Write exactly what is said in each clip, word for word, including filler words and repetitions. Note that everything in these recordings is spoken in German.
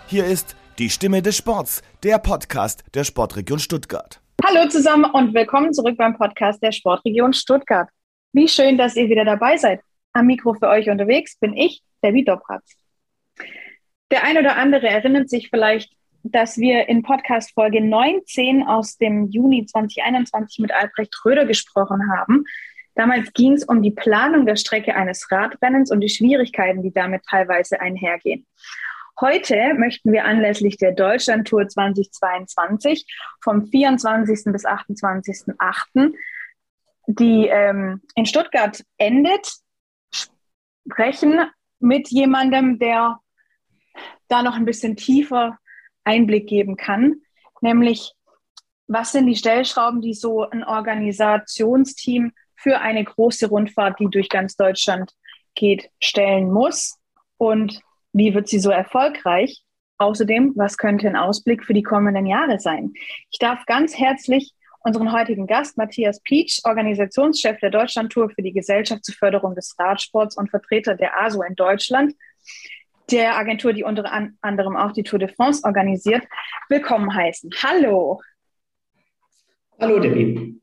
Hier ist die Stimme des Sports, der Podcast der Sportregion Stuttgart. Hallo zusammen und willkommen zurück beim Podcast der Sportregion Stuttgart. Wie schön, dass ihr wieder dabei seid. Am Mikro für euch unterwegs bin ich, Debbie Dobratz. Der ein oder andere erinnert sich vielleicht, dass wir in Podcast-Folge neunzehn aus dem Juni zwanzig einundzwanzig mit Albrecht Röder gesprochen haben. Damals ging es um die Planung der Strecke eines Radrennens und die Schwierigkeiten, die damit teilweise einhergehen. Heute möchten wir anlässlich der Deutschlandtour zweitausendzweiundzwanzig vom vierundzwanzigsten bis achtundzwanzigsten achten, die ähm, in Stuttgart endet, sprechen mit jemandem, der da noch ein bisschen tiefer Einblick geben kann, nämlich was sind die Stellschrauben, die so ein Organisationsteam für eine große Rundfahrt, die durch ganz Deutschland geht, stellen muss und wie wird sie so erfolgreich? Außerdem, was könnte ein Ausblick für die kommenden Jahre sein? Ich darf ganz herzlich unseren heutigen Gast, Matthias Pietsch, Organisationschef der Deutschlandtour für die Gesellschaft zur Förderung des Radsports und Vertreter der A S O in Deutschland, der Agentur, die unter anderem auch die Tour de France organisiert, willkommen heißen. Hallo. Hallo, Debbie.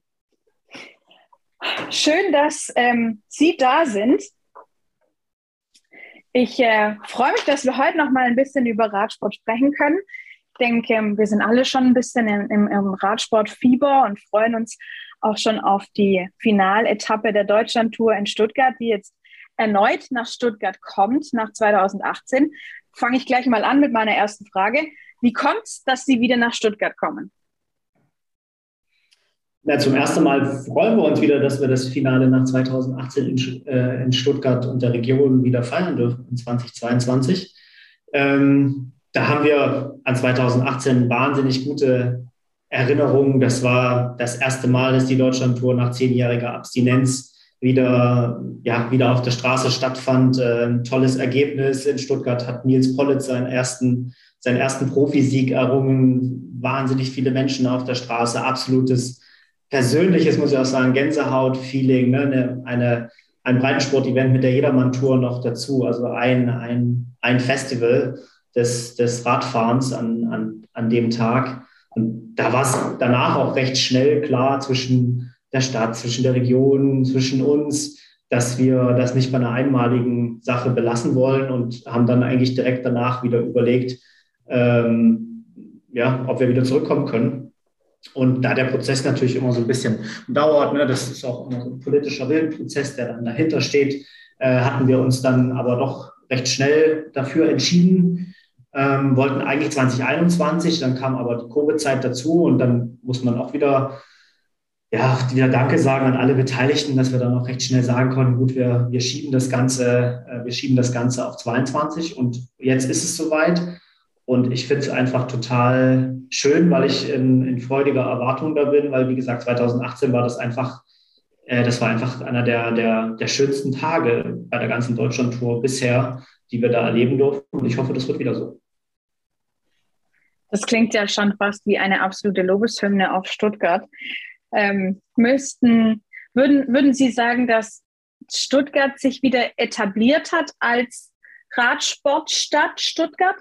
Schön, dass ähm, Sie da sind. Ich äh, freue mich, dass wir heute noch mal ein bisschen über Radsport sprechen können. Ich denke, wir sind alle schon ein bisschen im, im, im Radsportfieber und freuen uns auch schon auf die Finaletappe der Deutschlandtour in Stuttgart, die jetzt erneut nach Stuttgart kommt, nach zweitausendachtzehn. Fange ich gleich mal an mit meiner ersten Frage. Wie kommt es, dass Sie wieder nach Stuttgart kommen? Ja, zum ersten Mal freuen wir uns wieder, dass wir das Finale nach zweitausendachtzehn in, äh, in Stuttgart und der Region wieder feiern dürfen, in zweitausendzweiundzwanzig. Ähm, da haben wir an zweitausendachtzehn wahnsinnig gute Erinnerungen. Das war das erste Mal, dass die Deutschlandtour nach zehnjähriger Abstinenz wieder, ja, wieder auf der Straße stattfand. Äh, ein tolles Ergebnis. In Stuttgart hat Nils Politt seinen ersten, seinen ersten Profisieg errungen. Wahnsinnig viele Menschen auf der Straße. Absolutes persönliches, muss ich auch sagen, Gänsehaut-Feeling, ne? eine, eine, ein Breitensport-Event mit der Jedermann-Tour noch dazu. Also ein, ein, ein Festival des, des Radfahrens an, an, an dem Tag. Und da war es danach auch recht schnell klar zwischen der Stadt, zwischen der Region, zwischen uns, dass wir das nicht bei einer einmaligen Sache belassen wollen und haben dann eigentlich direkt danach wieder überlegt, ähm, ja, ob wir wieder zurückkommen können. Und da der Prozess natürlich immer so ein bisschen dauert, ne, das ist auch immer so ein politischer Willenprozess, der dann dahinter steht, äh, hatten wir uns dann aber doch recht schnell dafür entschieden, ähm, wollten eigentlich zwanzig einundzwanzig, dann kam aber die Covid-Zeit dazu und dann muss man auch wieder, ja, wieder Danke sagen an alle Beteiligten, dass wir dann auch recht schnell sagen konnten, gut, wir, wir schieben das Ganze, äh, wir schieben das Ganze auf zweiundzwanzig und jetzt ist es soweit. Und ich finde es einfach total schön, weil ich in, in freudiger Erwartung da bin, weil, wie gesagt, zweitausendachtzehn war das einfach, äh, das war einfach einer der, der, der schönsten Tage bei der ganzen Deutschlandtour bisher, die wir da erleben durften. Und ich hoffe, das wird wieder so. Das klingt ja schon fast wie eine absolute Lobeshymne auf Stuttgart. Ähm, müssten, würden, würden Sie sagen, dass Stuttgart sich wieder etabliert hat als Radsportstadt Stuttgart?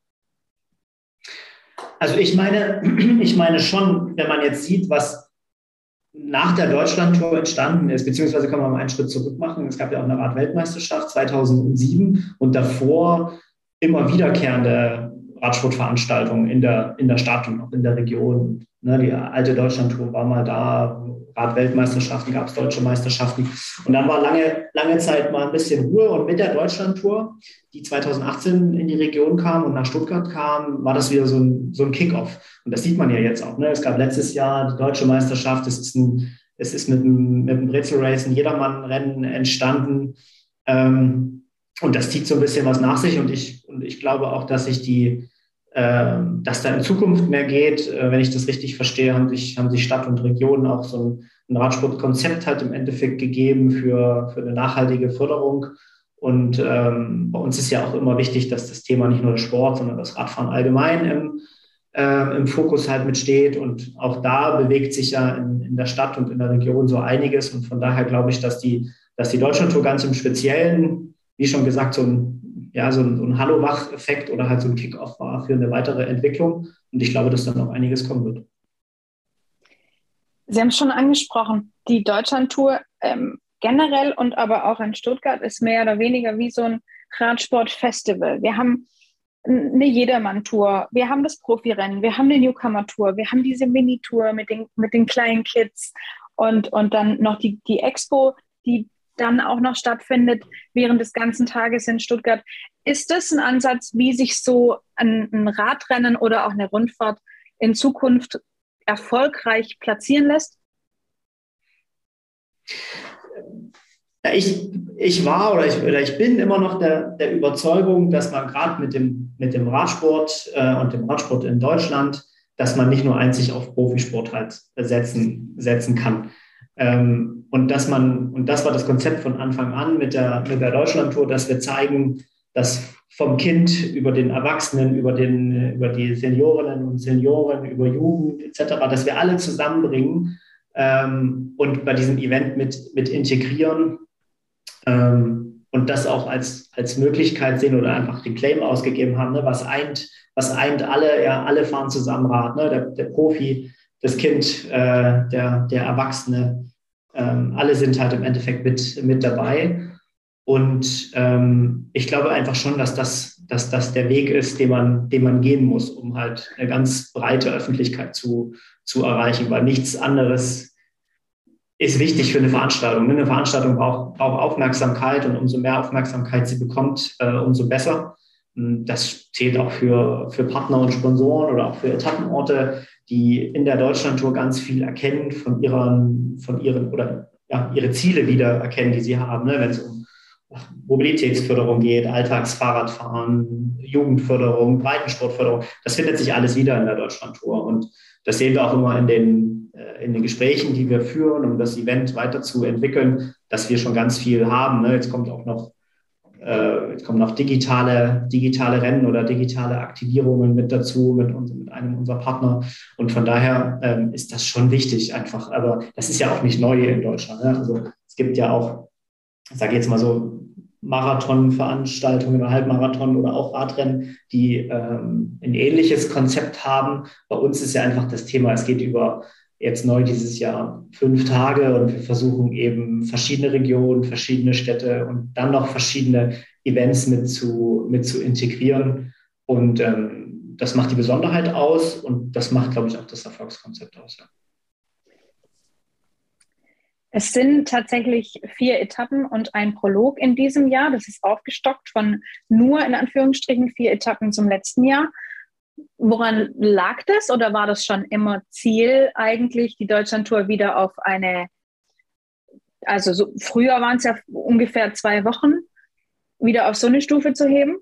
Also ich meine, ich meine schon, wenn man jetzt sieht, was nach der Deutschlandtour entstanden ist, beziehungsweise kann man mal einen Schritt zurück machen. Es gab ja auch eine Radweltmeisterschaft zweitausendsieben und davor immer wiederkehrende Radsportveranstaltungen in der, in der Stadt und auch in der Region. Ne, die alte Deutschlandtour war mal da, Radweltmeisterschaften, gab es deutsche Meisterschaften. Und dann war lange, lange Zeit mal ein bisschen Ruhe. Und mit der Deutschlandtour, die zweitausendachtzehn in die Region kam und nach Stuttgart kam, war das wieder so ein, so ein Kick-Off. Und das sieht man ja jetzt auch. Ne? Es gab letztes Jahr die deutsche Meisterschaft. Es ist, ein, es ist mit dem, mit dem Brezel-Race ein Jedermann-Rennen entstanden. Ähm, und das zieht so ein bisschen was nach sich. Und ich, und ich glaube auch, dass sich die dass da in Zukunft mehr geht. Wenn ich das richtig verstehe, haben sich, haben sich Stadt und Region auch so ein, ein Radsportkonzept halt im Endeffekt gegeben für, für eine nachhaltige Förderung. Und ähm, bei uns ist ja auch immer wichtig, dass das Thema nicht nur der Sport, sondern das Radfahren allgemein im, äh, im Fokus halt mitsteht. Und auch da bewegt sich ja in, in der Stadt und in der Region so einiges. Und von daher glaube ich, dass die, dass die Deutschlandtour ganz im Speziellen, wie schon gesagt, so ein ja, so ein, so ein Hallo-Wach-Effekt oder halt so ein Kick-Off war für eine weitere Entwicklung. Und ich glaube, dass dann noch einiges kommen wird. Sie haben es schon angesprochen, die Deutschlandtour ähm, generell und aber auch in Stuttgart ist mehr oder weniger wie so ein Radsportfestival. Wir haben eine Jedermann-Tour, wir haben das Profirennen, wir haben eine Newcomer-Tour, wir haben diese Mini-Tour mit den, mit den kleinen Kids und, und dann noch die, die Expo, die dann auch noch stattfindet während des ganzen Tages in Stuttgart. Ist das ein Ansatz, wie sich so ein, ein Radrennen oder auch eine Rundfahrt in Zukunft erfolgreich platzieren lässt? Ja, ich, ich war oder ich, oder ich bin immer noch der, der Überzeugung, dass man gerade mit dem, mit dem Radsport äh, und dem Radsport in Deutschland, dass man nicht nur einzig auf Profisport halt setzen, setzen kann. Ähm, und dass man, und das war das Konzept von Anfang an mit der, mit der Deutschlandtour, dass wir zeigen, dass vom Kind über den Erwachsenen, über, den, über die Seniorinnen und Senioren, über Jugend et cetera, dass wir alle zusammenbringen ähm, und bei diesem Event mit, mit integrieren ähm, und das auch als, als Möglichkeit sehen oder einfach den Claim ausgegeben haben, ne, was eint, was eint alle, ja, alle fahren zusammen Rad, ne, der, der Profi, das Kind, äh, der, der Erwachsene, ähm, alle sind halt im Endeffekt mit, mit dabei. Und ähm, ich glaube einfach schon, dass das, dass das der Weg ist, den man, den man gehen muss, um halt eine ganz breite Öffentlichkeit zu, zu erreichen, weil nichts anderes ist wichtig für eine Veranstaltung. Eine Veranstaltung braucht, braucht Aufmerksamkeit und umso mehr Aufmerksamkeit sie bekommt, äh, umso besser. Das zählt auch für, für Partner und Sponsoren oder auch für Etappenorte, die in der Deutschlandtour ganz viel erkennen von ihren, von ihren oder ja, ihre Ziele wieder erkennen, die sie haben, ne, wenn es um Mobilitätsförderung geht, Alltagsfahrradfahren, Jugendförderung, Breitensportförderung. Das findet sich alles wieder in der Deutschlandtour. Und das sehen wir auch immer in den, in den Gesprächen, die wir führen, um das Event weiterzuentwickeln, dass wir schon ganz viel haben. Ne? Jetzt kommt auch noch Jetzt kommen noch digitale, digitale Rennen oder digitale Aktivierungen mit dazu, mit, uns, mit einem unserer Partner. Und von daher ähm, ist das schon wichtig einfach. Aber das ist ja auch nicht neu in Deutschland. Ne? Also es gibt ja auch, ich sage jetzt mal so, Marathonveranstaltungen oder Halbmarathon oder auch Radrennen, die ähm, ein ähnliches Konzept haben. Bei uns ist ja einfach das Thema, es geht über jetzt neu dieses Jahr fünf Tage und wir versuchen eben verschiedene Regionen, verschiedene Städte und dann noch verschiedene Events mit zu, mit zu integrieren. Und ähm, das macht die Besonderheit aus und das macht, glaube ich, auch das Erfolgskonzept aus. Ja. Es sind tatsächlich vier Etappen und ein Prolog in diesem Jahr. Das ist aufgestockt von nur in Anführungsstrichen vier Etappen zum letzten Jahr. Woran lag das oder war das schon immer Ziel eigentlich, die Deutschlandtour wieder auf eine, also so, früher waren es ja ungefähr zwei Wochen, wieder auf so eine Stufe zu heben?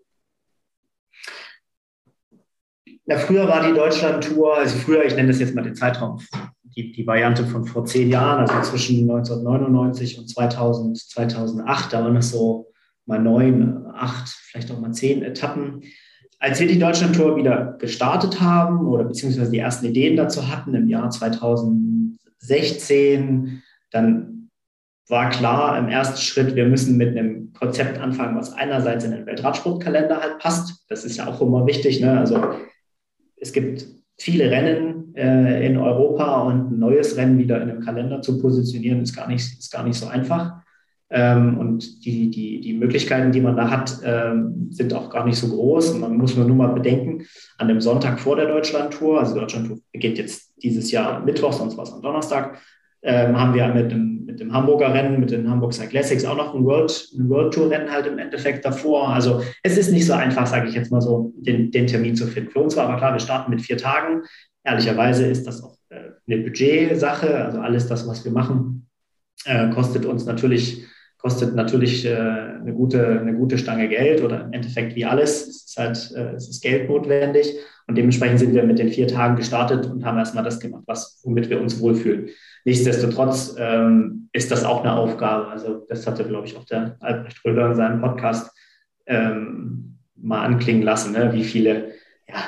Ja, früher war die Deutschlandtour, also früher, ich nenne das jetzt mal den Zeitraum, die, die Variante von vor zehn Jahren, also zwischen neunzehnhundertneunundneunzig und zweitausend, zweitausendacht, da waren es so mal neun, acht, vielleicht auch mal zehn Etappen. Als wir die Deutschlandtour wieder gestartet haben oder beziehungsweise die ersten Ideen dazu hatten im Jahr zweitausendsechzehn, dann war klar im ersten Schritt, wir müssen mit einem Konzept anfangen, was einerseits in den Weltradsportkalender halt passt. Das ist ja auch immer wichtig, ne? Also es gibt viele Rennen äh, in Europa und ein neues Rennen wieder in einem Kalender zu positionieren, ist gar nicht, ist gar nicht so einfach. Ähm, und die, die, die Möglichkeiten, die man da hat, ähm, sind auch gar nicht so groß. Man muss nur mal bedenken, an dem Sonntag vor der Deutschlandtour, also die Deutschlandtour beginnt jetzt dieses Jahr Mittwoch, sonst war es am Donnerstag, ähm, haben wir mit dem, mit dem Hamburger Rennen, mit den Hamburg Cyclassics auch noch ein World, ein World Tour Rennen halt im Endeffekt davor. Also es ist nicht so einfach, sage ich jetzt mal so, den, den Termin zu finden. Für uns war aber klar, wir starten mit vier Tagen. Ehrlicherweise ist das auch äh, eine Budgetsache. Also alles das, was wir machen, äh, kostet uns natürlich kostet natürlich äh, eine, gute, eine gute Stange Geld oder im Endeffekt wie alles. Es ist halt, äh, es ist Geld notwendig und dementsprechend sind wir mit den vier Tagen gestartet und haben erstmal das gemacht, was, womit wir uns wohlfühlen. Nichtsdestotrotz ähm, ist das auch eine Aufgabe. Also das hatte, glaube ich, auch der Albrecht Röder in seinem Podcast ähm, mal anklingen lassen, ne? Wie viele, ja,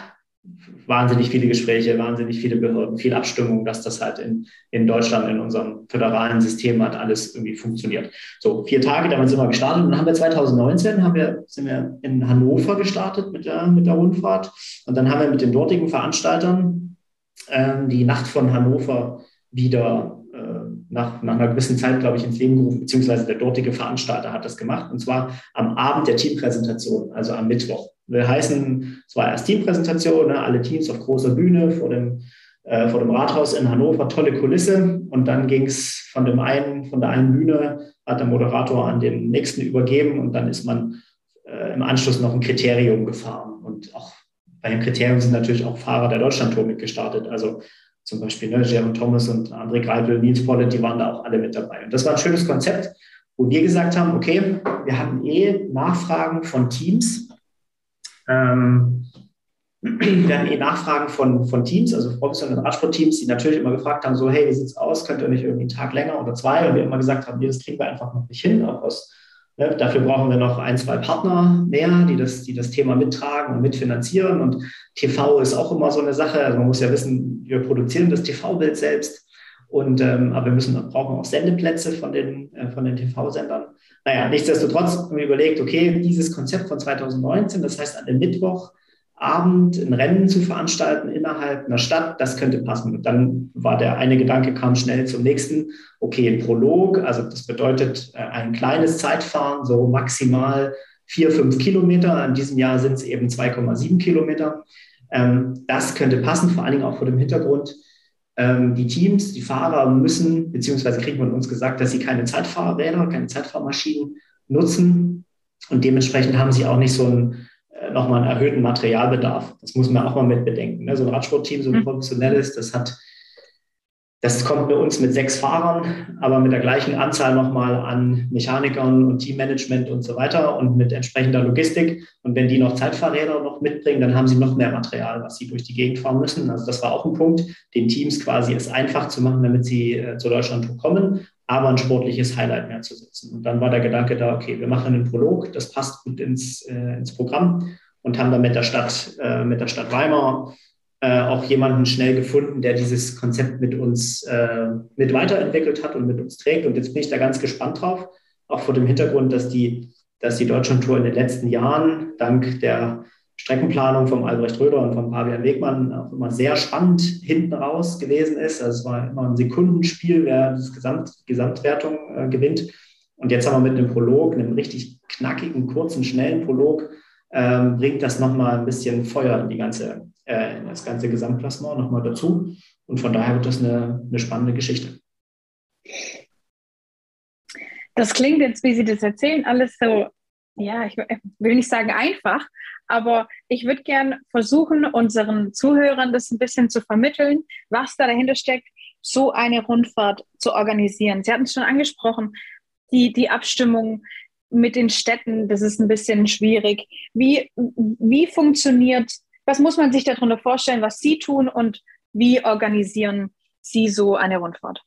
wahnsinnig viele Gespräche, wahnsinnig viele Behörden, viel Abstimmung, dass das halt in, in Deutschland, in unserem föderalen System hat alles irgendwie funktioniert. So, vier Tage, damit sind wir gestartet. Und dann haben wir zwanzig neunzehn, haben wir, sind wir in Hannover gestartet mit der, mit der Rundfahrt. Und dann haben wir mit den dortigen Veranstaltern ähm, die Nacht von Hannover wieder äh, nach, nach einer gewissen Zeit, glaube ich, ins Leben gerufen, beziehungsweise der dortige Veranstalter hat das gemacht. Und zwar am Abend der Teampräsentation, also am Mittwoch. Will heißen, es war erst Teampräsentation, ne, alle Teams auf großer Bühne vor dem, äh, vor dem Rathaus in Hannover, tolle Kulisse. Und dann ging es von dem einen, von der einen Bühne, hat der Moderator an den nächsten übergeben und dann ist man äh, im Anschluss noch ein Kriterium gefahren. Und auch bei dem Kriterium sind natürlich auch Fahrer der Deutschlandtour mitgestartet. Also zum Beispiel ne, Jaron Thomas und André Greipel, Nils Pollitt, die waren da auch alle mit dabei. Und das war ein schönes Konzept, wo wir gesagt haben, okay, wir hatten eh Nachfragen von Teams. Ähm, wir hatten eh Nachfragen von, von Teams, also professionellen Radsportteams, die natürlich immer gefragt haben, so hey, wie sieht's aus, könnt ihr nicht irgendwie einen Tag länger oder zwei? Und wir immer gesagt haben, nee, das kriegen wir einfach noch nicht hin. Auch aus, ne, dafür brauchen wir noch ein, zwei Partner mehr, die das, die das Thema mittragen und mitfinanzieren. Und T V ist auch immer so eine Sache. Also man muss ja wissen, wir produzieren das T V-Bild selbst. Und, ähm, aber wir müssen, brauchen auch Sendeplätze von den, äh, von den T V-Sendern. Naja, nichtsdestotrotz haben wir überlegt, okay, dieses Konzept von zwanzig neunzehn, das heißt an dem Mittwochabend ein Rennen zu veranstalten innerhalb einer Stadt, das könnte passen. Und dann war der eine Gedanke, kam schnell zum nächsten, okay, ein Prolog, also das bedeutet äh, ein kleines Zeitfahren, so maximal vier, fünf Kilometer. In diesem Jahr sind es eben zwei Komma sieben Kilometer. Ähm, das könnte passen, vor allen Dingen auch vor dem Hintergrund, die Teams, die Fahrer müssen, beziehungsweise kriegt man uns gesagt, dass sie keine Zeitfahrräder, keine Zeitfahrmaschinen nutzen und dementsprechend haben sie auch nicht so einen, nochmal einen erhöhten Materialbedarf. Das muss man auch mal mit bedenken. So ein Radsportteam, so ein professionelles, das hat, das kommt bei uns mit sechs Fahrern, aber mit der gleichen Anzahl nochmal an Mechanikern und Teammanagement und so weiter und mit entsprechender Logistik. Und wenn die noch Zeitfahrräder noch mitbringen, dann haben sie noch mehr Material, was sie durch die Gegend fahren müssen. Also das war auch ein Punkt, den Teams quasi es einfach zu machen, damit sie äh, zur Deutschlandtour kommen, aber ein sportliches Highlight mehr zu setzen. Und dann war der Gedanke da, okay, wir machen einen Prolog, das passt gut ins, äh, ins Programm und haben dann mit der Stadt, äh, mit der Stadt Weimar Äh, auch jemanden schnell gefunden, der dieses Konzept mit uns äh, mit weiterentwickelt hat und mit uns trägt. Und jetzt bin ich da ganz gespannt drauf, auch vor dem Hintergrund, dass die, dass die Deutschlandtour in den letzten Jahren dank der Streckenplanung vom Albrecht Röder und vom Fabian Wegmann auch immer sehr spannend hinten raus gewesen ist. Also es war immer ein Sekundenspiel, wer die Gesamt, Gesamtwertung äh, gewinnt. Und jetzt haben wir mit einem Prolog, einem richtig knackigen, kurzen, schnellen Prolog, ähm, bringt das nochmal ein bisschen Feuer in die ganze in das ganze Gesamtklassement nochmal dazu. Und von daher wird das eine, eine spannende Geschichte. Das klingt jetzt, wie Sie das erzählen, alles so, ja, ich will nicht sagen einfach, aber ich würde gern versuchen, unseren Zuhörern das ein bisschen zu vermitteln, was da dahinter steckt, so eine Rundfahrt zu organisieren. Sie hatten es schon angesprochen, die, die Abstimmung mit den Städten, das ist ein bisschen schwierig. Wie, wie funktioniert Was muss man sich darunter vorstellen, was Sie tun und wie organisieren Sie so eine Rundfahrt?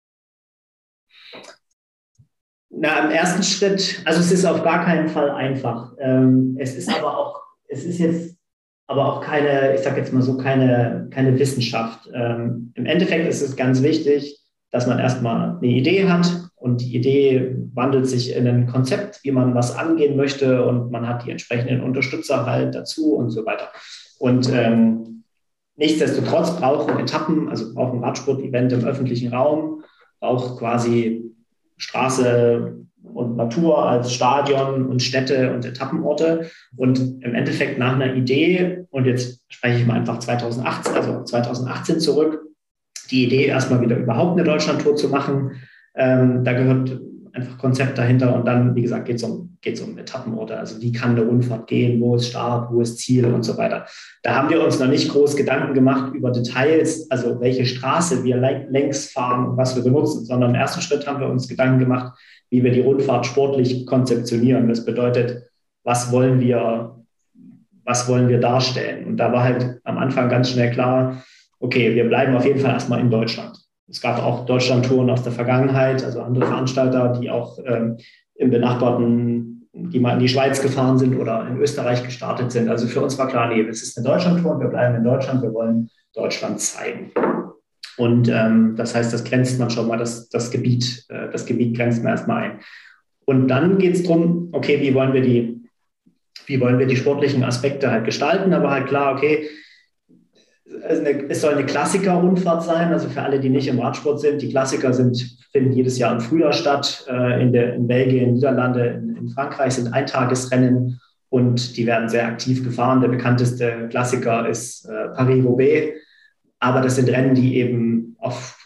Na, im ersten Schritt, also es ist auf gar keinen Fall einfach. Ähm, es ist aber auch, es ist jetzt aber auch keine, ich sage jetzt mal so, keine, keine Wissenschaft. Ähm, im Endeffekt ist es ganz wichtig, dass man erstmal eine Idee hat und die Idee wandelt sich in ein Konzept, wie man was angehen möchte und man hat die entsprechenden Unterstützer halt dazu und so weiter. Und ähm, nichtsdestotrotz brauchen Etappen, also brauchen Radsport-Event im öffentlichen Raum, auch quasi Straße und Natur als Stadion und Städte und Etappenorte. Und im Endeffekt nach einer Idee, und jetzt spreche ich mal einfach zwanzig achtzehn, also zwanzig achtzehn zurück, die Idee erstmal wieder überhaupt eine Deutschlandtour zu machen. Ähm, da gehört einfach Konzept dahinter und dann, wie gesagt, geht es um, geht's um Etappenorte. Also wie kann eine Rundfahrt gehen, wo ist Start, wo ist Ziel und so weiter. Da haben wir uns noch nicht groß Gedanken gemacht über Details, also welche Straße wir längs fahren und was wir benutzen, sondern im ersten Schritt haben wir uns Gedanken gemacht, wie wir die Rundfahrt sportlich konzeptionieren. Das bedeutet, was wollen wir, was wollen wir darstellen? Und da war halt am Anfang ganz schnell klar, okay, wir bleiben auf jeden Fall erstmal in Deutschland. Es gab auch Deutschlandtouren aus der Vergangenheit, also andere Veranstalter, die auch ähm, im benachbarten die mal in die Schweiz gefahren sind oder in Österreich gestartet sind. Also für uns war klar, nee, es ist eine Deutschlandtour, wir bleiben in Deutschland, wir wollen Deutschland zeigen. Und ähm, das heißt, das grenzt man schon mal, das, das Gebiet, äh, das Gebiet grenzt man erstmal ein. Und dann geht es darum, okay, wie wollen wir die, wie wollen wir die sportlichen Aspekte halt gestalten, aber halt klar, okay, es soll eine Klassiker-Rundfahrt sein, also für alle, die nicht im Radsport sind. Die Klassiker sind, finden jedes Jahr im Frühjahr statt. In, der, in Belgien, Niederlande, in, in Frankreich sind Eintagesrennen und die werden sehr aktiv gefahren. Der bekannteste Klassiker ist äh, Paris-Roubaix. Aber das sind Rennen, die eben auf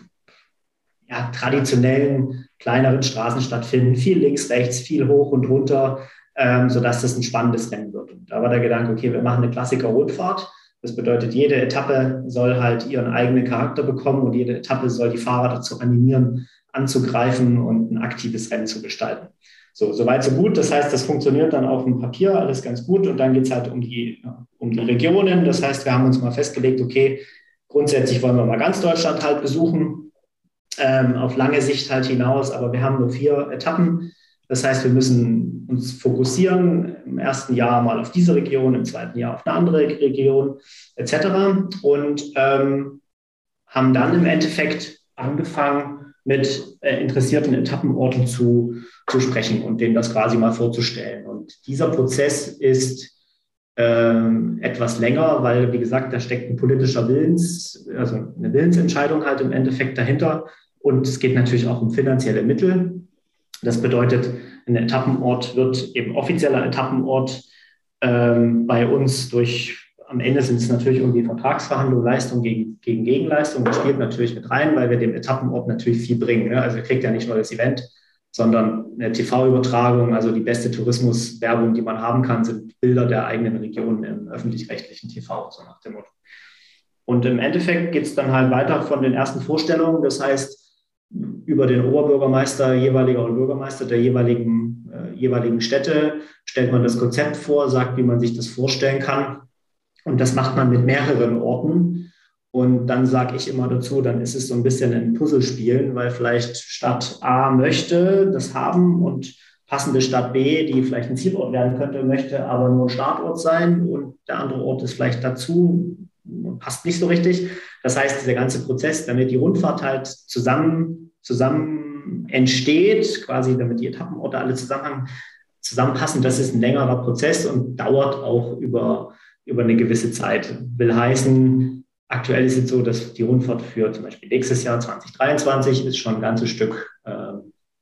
ja, traditionellen, kleineren Straßen stattfinden. Viel links, rechts, viel hoch und runter, ähm, sodass das ein spannendes Rennen wird. Und da war der Gedanke, okay, wir machen eine Klassiker-Rundfahrt. Das bedeutet, jede Etappe soll halt ihren eigenen Charakter bekommen und jede Etappe soll die Fahrer dazu animieren, anzugreifen und ein aktives Rennen zu gestalten. So, soweit so gut. Das heißt, das funktioniert dann auf dem Papier alles ganz gut und dann geht es halt um die, um die Regionen. Das heißt, wir haben uns mal festgelegt, okay, grundsätzlich wollen wir mal ganz Deutschland halt besuchen, ähm, auf lange Sicht halt hinaus, aber wir haben nur vier Etappen. Das heißt, wir müssen uns fokussieren, im ersten Jahr mal auf diese Region, im zweiten Jahr auf eine andere Region et cetera. Und ähm, haben dann im Endeffekt angefangen, mit äh, interessierten Etappenorten zu, zu sprechen und denen das quasi mal vorzustellen. Und dieser Prozess ist ähm, etwas länger, weil, wie gesagt, da steckt ein politischer Willens, also eine Willensentscheidung halt im Endeffekt dahinter. Und es geht natürlich auch um finanzielle Mittel. Das bedeutet, ein Etappenort wird eben offizieller Etappenort ähm, bei uns durch, am Ende sind es natürlich irgendwie Vertragsverhandlungen, Leistung gegen, gegen Gegenleistung. Das spielt natürlich mit rein, weil wir dem Etappenort natürlich viel bringen. Ne? Also ihr kriegt ja nicht nur das Event, sondern eine T V-Übertragung, also die beste Tourismuswerbung, die man haben kann, sind Bilder der eigenen Region im öffentlich-rechtlichen T V, so nach dem Motto. Und im Endeffekt geht es dann halt weiter von den ersten Vorstellungen. Das heißt, über den Oberbürgermeister jeweiliger oder Bürgermeister der jeweiligen, äh, jeweiligen Städte stellt man das Konzept vor, sagt, wie man sich das vorstellen kann. Und das macht man mit mehreren Orten. Und dann sage ich immer dazu, dann ist es so ein bisschen ein Puzzlespielen, weil vielleicht Stadt A möchte das haben und passende Stadt B, die vielleicht ein Zielort werden könnte, möchte aber nur Startort sein und der andere Ort ist vielleicht dazu, passt nicht so richtig. Das heißt, dieser ganze Prozess, damit die Rundfahrt halt zusammen, zusammen entsteht, quasi damit die Etappenorte alle zusammenhang, zusammenpassen, das ist ein längerer Prozess und dauert auch über, über eine gewisse Zeit. Will heißen, aktuell ist es so, dass die Rundfahrt für zum Beispiel nächstes Jahr zwanzig dreiundzwanzig ist schon ein ganzes Stück äh,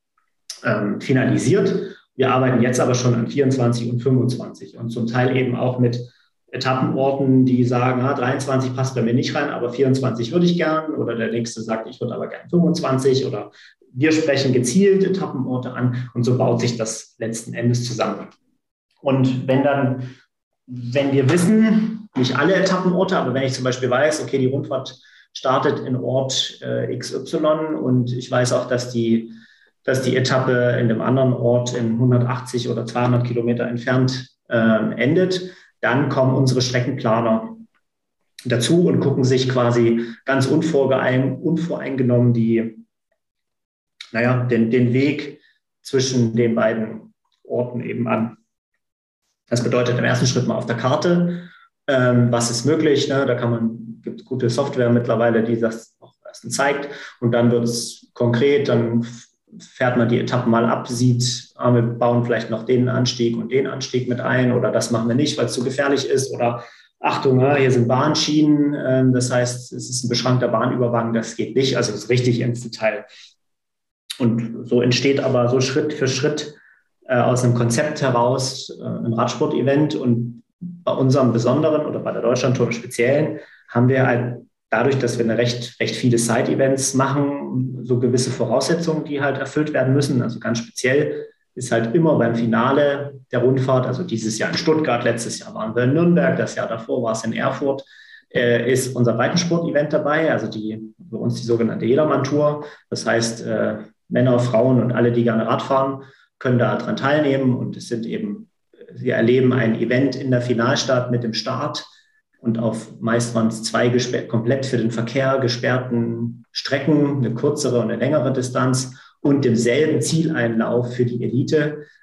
äh, finalisiert. Wir arbeiten jetzt aber schon an vierundzwanzig und fünfundzwanzig und zum Teil eben auch mit Etappenorten, die sagen, ah, dreiundzwanzig passt bei mir nicht rein, aber vierundzwanzig würde ich gern. Oder der nächste sagt, ich würde aber gern fünfundzwanzig. Oder wir sprechen gezielt Etappenorte an und so baut sich das letzten Endes zusammen. Und wenn dann, wenn wir wissen, nicht alle Etappenorte, aber wenn ich zum Beispiel weiß, okay, die Rundfahrt startet in Ort äh, X Y und ich weiß auch, dass die, dass die Etappe in dem anderen Ort in hundertachtzig oder zweihundert Kilometer entfernt äh, endet, dann kommen unsere Streckenplaner dazu und gucken sich quasi ganz unvorein, unvoreingenommen die, naja, den, den Weg zwischen den beiden Orten eben an. Das bedeutet im ersten Schritt mal auf der Karte, ähm, was ist möglich. Ne? Da kann man, gibt gute Software mittlerweile, die das auch erst zeigt. Und dann wird es konkret, dann fährt man die Etappen mal ab, sieht, ah, wir bauen vielleicht noch den Anstieg und den Anstieg mit ein oder das machen wir nicht, weil es zu gefährlich ist oder Achtung, hier sind Bahnschienen, das heißt, es ist ein beschrankter Bahnübergang, das geht nicht, also das ist richtig ins Detail. Und so entsteht aber so Schritt für Schritt äh, aus einem Konzept heraus äh, ein Radsport-Event und bei unserem Besonderen oder bei der Deutschlandtour im Speziellen haben wir halt dadurch, dass wir eine recht, recht viele Side-Events machen, so gewisse Voraussetzungen, die halt erfüllt werden müssen. Also ganz speziell ist halt immer beim Finale der Rundfahrt, also dieses Jahr in Stuttgart, letztes Jahr waren wir in Nürnberg, das Jahr davor war es in Erfurt, äh, ist unser Breitensport-Event dabei, also die, für uns die sogenannte Jedermann-Tour. Das heißt, äh, Männer, Frauen und alle, die gerne Rad fahren, können da dran teilnehmen und es sind eben, sie erleben ein Event in der Finalstadt mit dem Start und auf meist waren es zwei gesperrt, komplett für den Verkehr gesperrten Strecken, eine kürzere und eine längere Distanz und demselben Zieleinlauf für die Elite.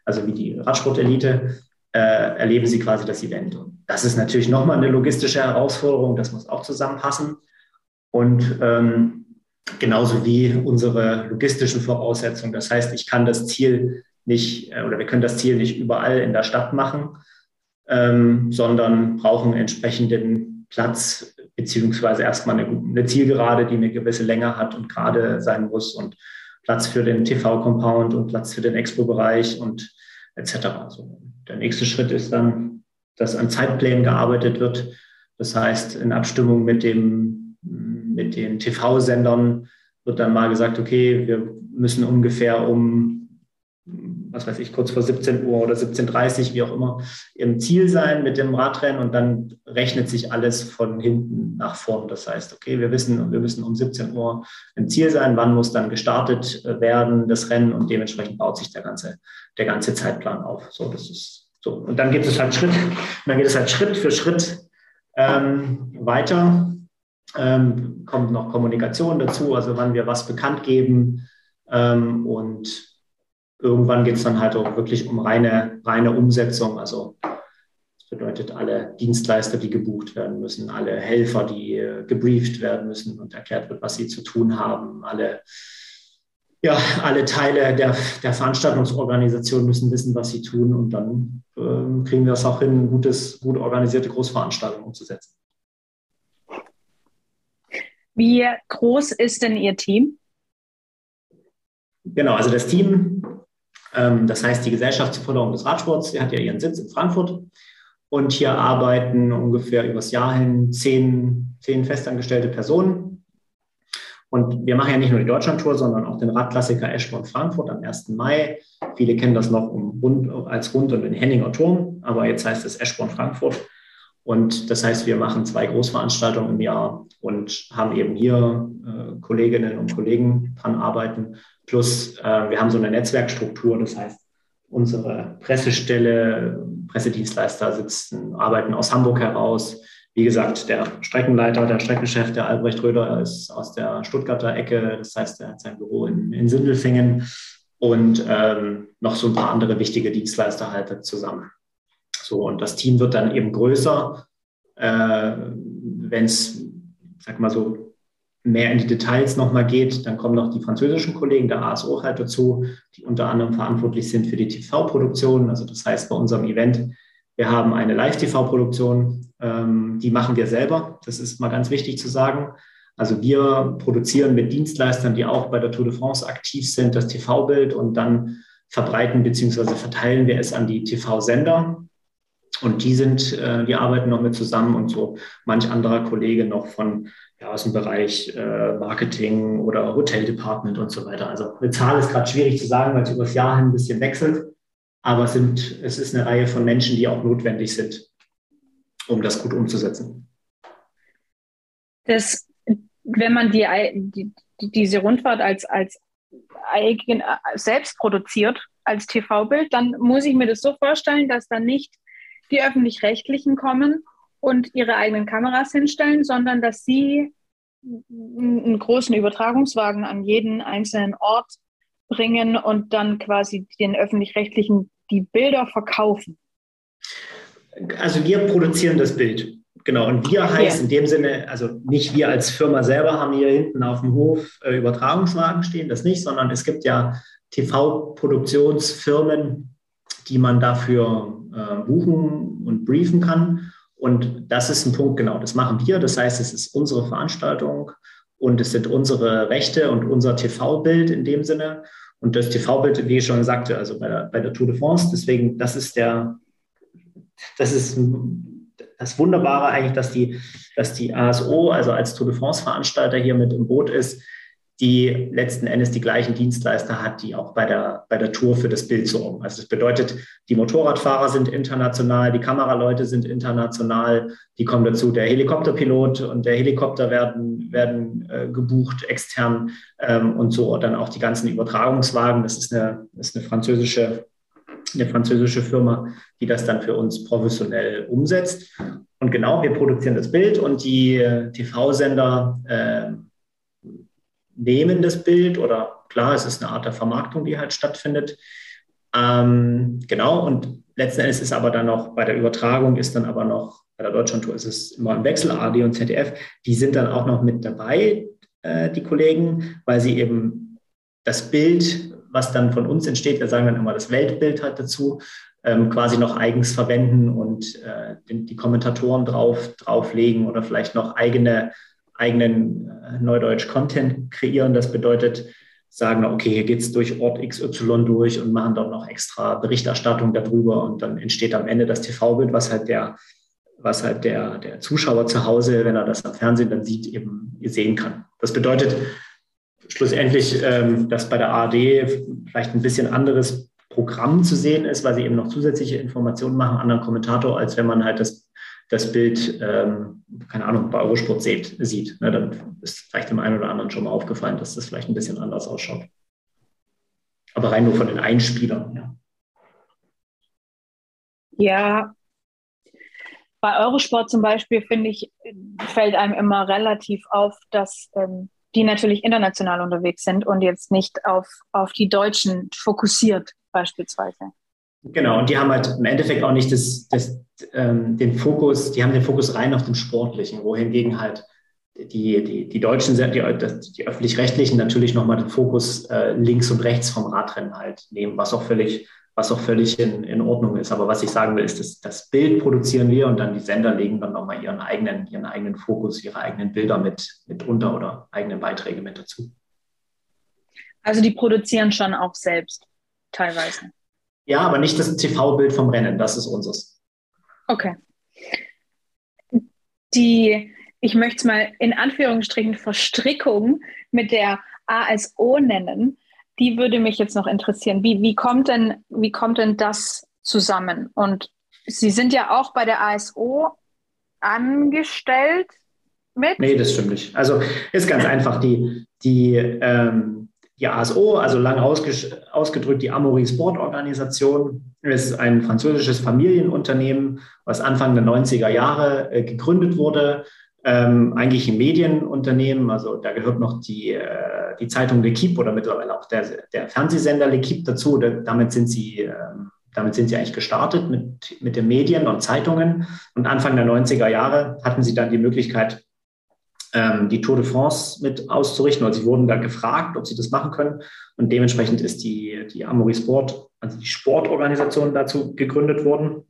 also wie die Radsport-Elite, äh, erleben sie quasi das Event. Und das ist natürlich nochmal eine logistische Herausforderung, das muss auch zusammenpassen. Und ähm, genauso wie unsere logistischen Voraussetzungen. Das heißt, ich kann das Ziel nicht, äh, oder wir können das Ziel nicht überall in der Stadt machen, ähm, sondern brauchen entsprechenden Platz, beziehungsweise erstmal eine, eine Zielgerade, die eine gewisse Länge hat und gerade sein muss und Platz für den T V-Compound und Platz für den Expo-Bereich und et cetera. Also der nächste Schritt ist dann, dass an Zeitplänen gearbeitet wird. Das heißt, in Abstimmung mit dem, mit den T V-Sendern wird dann mal gesagt, okay, wir müssen ungefähr um, was weiß ich, kurz vor siebzehn Uhr oder siebzehn Uhr dreißig, wie auch immer, im Ziel sein mit dem Radrennen und dann rechnet sich alles von hinten nach vorn. Das heißt, okay, wir wissen, wir müssen um siebzehn Uhr im Ziel sein, wann muss dann gestartet werden, das Rennen, und dementsprechend baut sich der ganze, der ganze Zeitplan auf. So, das ist so. Und dann geht es halt Schritt, dann geht es halt Schritt für Schritt ähm, weiter. Ähm, kommt noch Kommunikation dazu, also wann wir was bekannt geben, ähm, und irgendwann geht es dann halt auch wirklich um reine, reine Umsetzung. Also das bedeutet alle Dienstleister, die gebucht werden müssen, alle Helfer, die äh, gebrieft werden müssen und erklärt wird, was sie zu tun haben. Alle, ja, alle Teile der, der Veranstaltungsorganisation müssen wissen, was sie tun. Und dann ähm, kriegen wir es auch hin, ein gutes, gut organisierte Großveranstaltung umzusetzen. Wie groß ist denn Ihr Team? Genau, also das Team, ähm, das heißt die Gesellschaft zur Förderung des Radsports, die hat ja ihren Sitz in Frankfurt. Und hier arbeiten ungefähr übers Jahr hin zehn, zehn festangestellte Personen. Und wir machen ja nicht nur die Deutschlandtour, sondern auch den Radklassiker Eschborn-Frankfurt am ersten Mai. Viele kennen das noch um Rund, als Rund- und den Henninger Turm, aber jetzt heißt es Eschborn-Frankfurt. Und das heißt, wir machen zwei Großveranstaltungen im Jahr und haben eben hier äh, Kolleginnen und Kollegen dran arbeiten. Plus äh, wir haben so eine Netzwerkstruktur, das heißt, unsere Pressestelle, Pressedienstleister sitzen, arbeiten aus Hamburg heraus. Wie gesagt, der Streckenleiter, der Streckenchef, der Albrecht Röder, ist aus der Stuttgarter Ecke. Das heißt, er hat sein Büro in, in Sindelfingen und ähm, noch so ein paar andere wichtige Dienstleister halt zusammen. So, und das Team wird dann eben größer, äh, wenn es, sag mal so, mehr in die Details nochmal geht. Dann kommen noch die französischen Kollegen der A S O halt dazu, die unter anderem verantwortlich sind für die T V-Produktion. Also das heißt, bei unserem Event, wir haben eine Live-T V-Produktion, ähm, die machen wir selber. Das ist mal ganz wichtig zu sagen. Also wir produzieren mit Dienstleistern, die auch bei der Tour de France aktiv sind, das T V-Bild, und dann verbreiten bzw. verteilen wir es an die T V-Sender. Und die sind, äh, die arbeiten noch mit zusammen, und so manch anderer Kollege noch von, ja, aus dem Bereich äh, Marketing oder Hoteldepartment und so weiter. Also eine Zahl ist gerade schwierig zu sagen, weil es über das Jahr hin ein bisschen wechselt. Aber es, sind, es ist eine Reihe von Menschen, die auch notwendig sind, um das gut umzusetzen. Das, wenn man die, die, diese Rundfahrt als, als eigen, selbst produziert, als T V-Bild, dann muss ich mir das so vorstellen, dass dann nicht die Öffentlich-Rechtlichen kommen und ihre eigenen Kameras hinstellen, sondern dass sie einen großen Übertragungswagen an jeden einzelnen Ort bringen und dann quasi den Öffentlich-Rechtlichen die Bilder verkaufen. Also wir produzieren das Bild. Genau, und wir heißt in dem Sinne, also nicht wir als Firma selber haben hier hinten auf dem Hof äh, Übertragungswagen stehen, das nicht, sondern es gibt ja T V-Produktionsfirmen, die man dafür äh, buchen und briefen kann. Und das ist ein Punkt, genau, das machen wir. Das heißt, es ist unsere Veranstaltung und es sind unsere Rechte und unser T V-Bild in dem Sinne. Und das T V-Bild, wie ich schon sagte, also bei der, bei der Tour de France, deswegen, das ist der, das ist das Wunderbare eigentlich, dass die, dass die A S O, also als Tour de France-Veranstalter hier mit im Boot ist, die letzten Endes die gleichen Dienstleister hat, die auch bei der, bei der Tour für das Bild sorgen. Also das bedeutet, die Motorradfahrer sind international, die Kameraleute sind international, die kommen dazu, der Helikopterpilot und der Helikopter werden, werden äh, gebucht extern, ähm, und so dann auch die ganzen Übertragungswagen. Das ist eine, das ist eine französische, eine französische Firma, die das dann für uns professionell umsetzt. Und genau, wir produzieren das Bild und die äh, T V-Sender äh, nehmen das Bild, oder klar, es ist eine Art der Vermarktung, die halt stattfindet. Ähm, genau, und letzten Endes ist aber dann noch bei der Übertragung ist dann aber noch, bei der Deutschlandtour ist es immer im Wechsel, A R D und Z D F, die sind dann auch noch mit dabei, äh, die Kollegen, weil sie eben das Bild, was dann von uns entsteht, wir sagen dann immer das Weltbild halt dazu, ähm, quasi noch eigens verwenden und äh, die, die Kommentatoren drauf, drauflegen oder vielleicht noch eigene, eigenen äh, Neudeutsch-Content kreieren. Das bedeutet, sagen, okay, hier geht es durch Ort X Y durch und machen dort noch extra Berichterstattung darüber und dann entsteht am Ende das T V-Bild, was halt der, was halt der, der Zuschauer zu Hause, wenn er das am Fernsehen dann sieht, eben sehen kann. Das bedeutet schlussendlich, ähm, dass bei der A R D vielleicht ein bisschen anderes Programm zu sehen ist, weil sie eben noch zusätzliche Informationen machen, anderen Kommentator, als wenn man halt das das Bild, ähm, keine Ahnung, bei Eurosport sieht, sieht ne, dann ist vielleicht dem einen oder anderen schon mal aufgefallen, dass das vielleicht ein bisschen anders ausschaut. Aber rein nur von den Einspielern, ja. Ja, bei Eurosport zum Beispiel, finde ich, fällt einem immer relativ auf, dass ähm, die natürlich international unterwegs sind und jetzt nicht auf, auf die Deutschen fokussiert beispielsweise. Genau, und die haben halt im Endeffekt auch nicht das, das, ähm, den Fokus, die haben den Fokus rein auf dem Sportlichen, wohingegen halt die, die, die Deutschen, die, die Öffentlich-Rechtlichen natürlich nochmal den Fokus äh, links und rechts vom Radrennen halt nehmen, was auch völlig, was auch völlig in, in Ordnung ist. Aber was ich sagen will, ist, dass das Bild produzieren wir und dann die Sender legen dann nochmal ihren eigenen, ihren eigenen Fokus, ihre eigenen Bilder mit, mit unter oder eigene Beiträge mit dazu. Also die produzieren schon auch selbst, teilweise. Ja, aber nicht das T V-Bild vom Rennen, das ist unseres. Okay. Die, ich möchte es mal in Anführungsstrichen Verstrickung mit der A S O nennen, die würde mich jetzt noch interessieren. Wie, wie, kommt denn, wie kommt denn das zusammen? Und Sie sind ja auch bei der A S O angestellt mit? Nee, das stimmt nicht. Also ist ganz einfach, die, die ähm, Die A S O, also lang ausgedrückt die Amaury Sport Organisation, ist ein französisches Familienunternehmen, was Anfang der neunziger Jahre äh, gegründet wurde. Ähm, eigentlich ein Medienunternehmen, also da gehört noch die, äh, die Zeitung L'Équipe oder mittlerweile auch der, der Fernsehsender L'Équipe dazu. Da, damit, sind sie, äh, damit sind sie eigentlich gestartet mit, mit den Medien und Zeitungen. Und Anfang der neunziger Jahre hatten sie dann die Möglichkeit, die Tour de France mit auszurichten, weil sie wurden da gefragt, ob sie das machen können. Und dementsprechend ist die, die Amaury Sport, also die Sportorganisation dazu gegründet worden.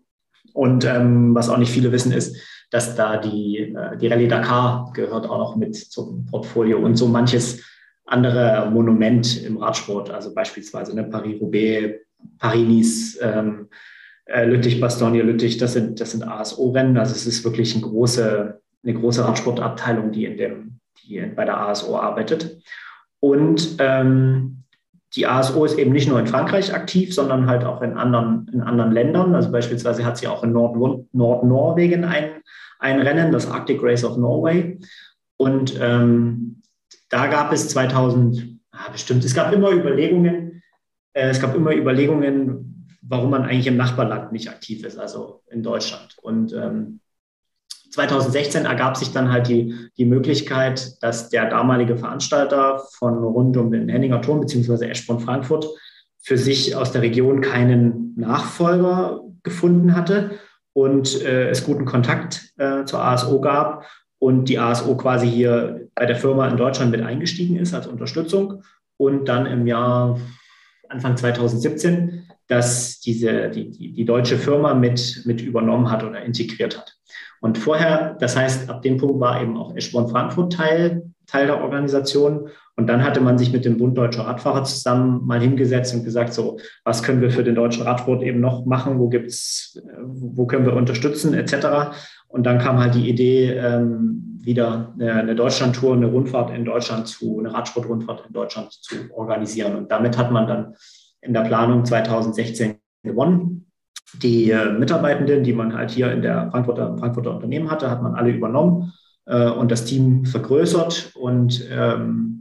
Und ähm, was auch nicht viele wissen, ist, dass da die, äh, die Rallye Dakar gehört auch noch mit zum Portfolio und so manches andere Monument im Radsport, also beispielsweise ne, Paris-Roubaix, Paris-Nice, ähm, äh, Lüttich-Bastogne-Lüttich, das sind, das sind A S O-Rennen. Also es ist wirklich ein große eine große Radsportabteilung, die, in dem, die bei der A S O arbeitet. Und ähm, die A S O ist eben nicht nur in Frankreich aktiv, sondern halt auch in anderen, in anderen Ländern. Also beispielsweise hat sie auch in Nord- Nordnorwegen ein, ein Rennen, das Arctic Race of Norway. Und ähm, da gab es zweitausend, ah, bestimmt, es gab immer Überlegungen, äh, es gab immer Überlegungen, warum man eigentlich im Nachbarland nicht aktiv ist, also in Deutschland. Und ähm, zweitausendsechzehn ergab sich dann halt die, die Möglichkeit, dass der damalige Veranstalter von rund um den Henninger Turm bzw. Eschborn Frankfurt für sich aus der Region keinen Nachfolger gefunden hatte und äh, es guten Kontakt äh, zur A S O gab und die A S O quasi hier bei der Firma in Deutschland mit eingestiegen ist als Unterstützung und dann im Jahr Anfang zweitausendsiebzehn dass diese, die, die, die deutsche Firma mit, mit übernommen hat oder integriert hat. Und vorher, das heißt, ab dem Punkt war eben auch Eschborn Frankfurt Teil, Teil der Organisation. Und dann hatte man sich mit dem Bund Deutscher Radfahrer zusammen mal hingesetzt und gesagt, so, was können wir für den deutschen Radsport eben noch machen? Wo gibt's, wo können wir unterstützen, et cetera. Und dann kam halt die Idee, ähm, wieder eine, eine Deutschlandtour, eine Rundfahrt in Deutschland zu, eine Radsportrundfahrt in Deutschland zu organisieren. Und damit hat man dann in der Planung zweitausendsechzehn gewonnen. Die äh, Mitarbeitenden, die man halt hier in der Frankfurter, Frankfurter Unternehmen hatte, hat man alle übernommen äh, und das Team vergrößert und ähm,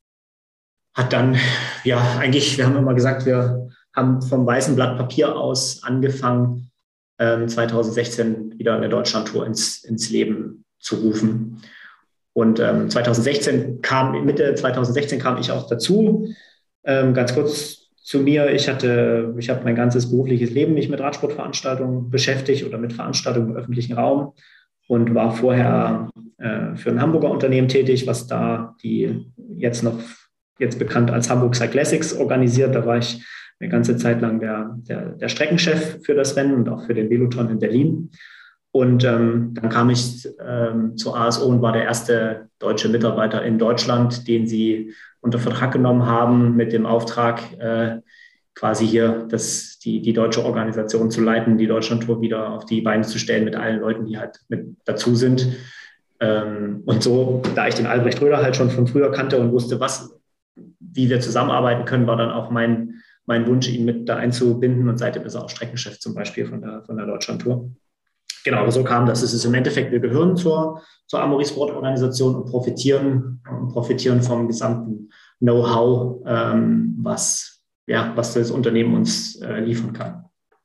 hat dann, ja, eigentlich, wir haben immer gesagt, wir haben vom weißen Blatt Papier aus angefangen, ähm, zweitausendsechzehn wieder eine Deutschlandtour ins, ins Leben zu rufen. Und ähm, zweitausendsechzehn kam, Mitte zweitausendsechzehn kam ich auch dazu. Ähm, ganz kurz zu mir. Ich hatte, ich habe mein ganzes berufliches Leben mich mit Radsportveranstaltungen beschäftigt oder mit Veranstaltungen im öffentlichen Raum und war vorher äh, für ein Hamburger Unternehmen tätig, was da die jetzt noch, jetzt bekannt als Hamburg Cyclassics organisiert. Da war ich eine ganze Zeit lang der, der, der Streckenchef für das Rennen und auch für den Veloton in Berlin. Und ähm, dann kam ich ähm, zur A S O und war der erste deutsche Mitarbeiter in Deutschland, den sie unter Vertrag genommen haben mit dem Auftrag, äh, quasi hier das, die, die deutsche Organisation zu leiten, die Deutschlandtour wieder auf die Beine zu stellen mit allen Leuten, die halt mit dazu sind. Ähm, und so, da ich den Albrecht Röder halt schon von früher kannte und wusste, was, wie wir zusammenarbeiten können, war dann auch mein, mein Wunsch, ihn mit da einzubinden. Und seitdem ist er auch Streckenchef zum Beispiel von der, von der Deutschlandtour. Genau, so kam das. Es ist im Endeffekt, wir gehören zur, zur Amaury Sport Organisation und profitieren, und profitieren vom gesamten Know-how, ähm, was, ja, was das Unternehmen uns äh, liefern kann.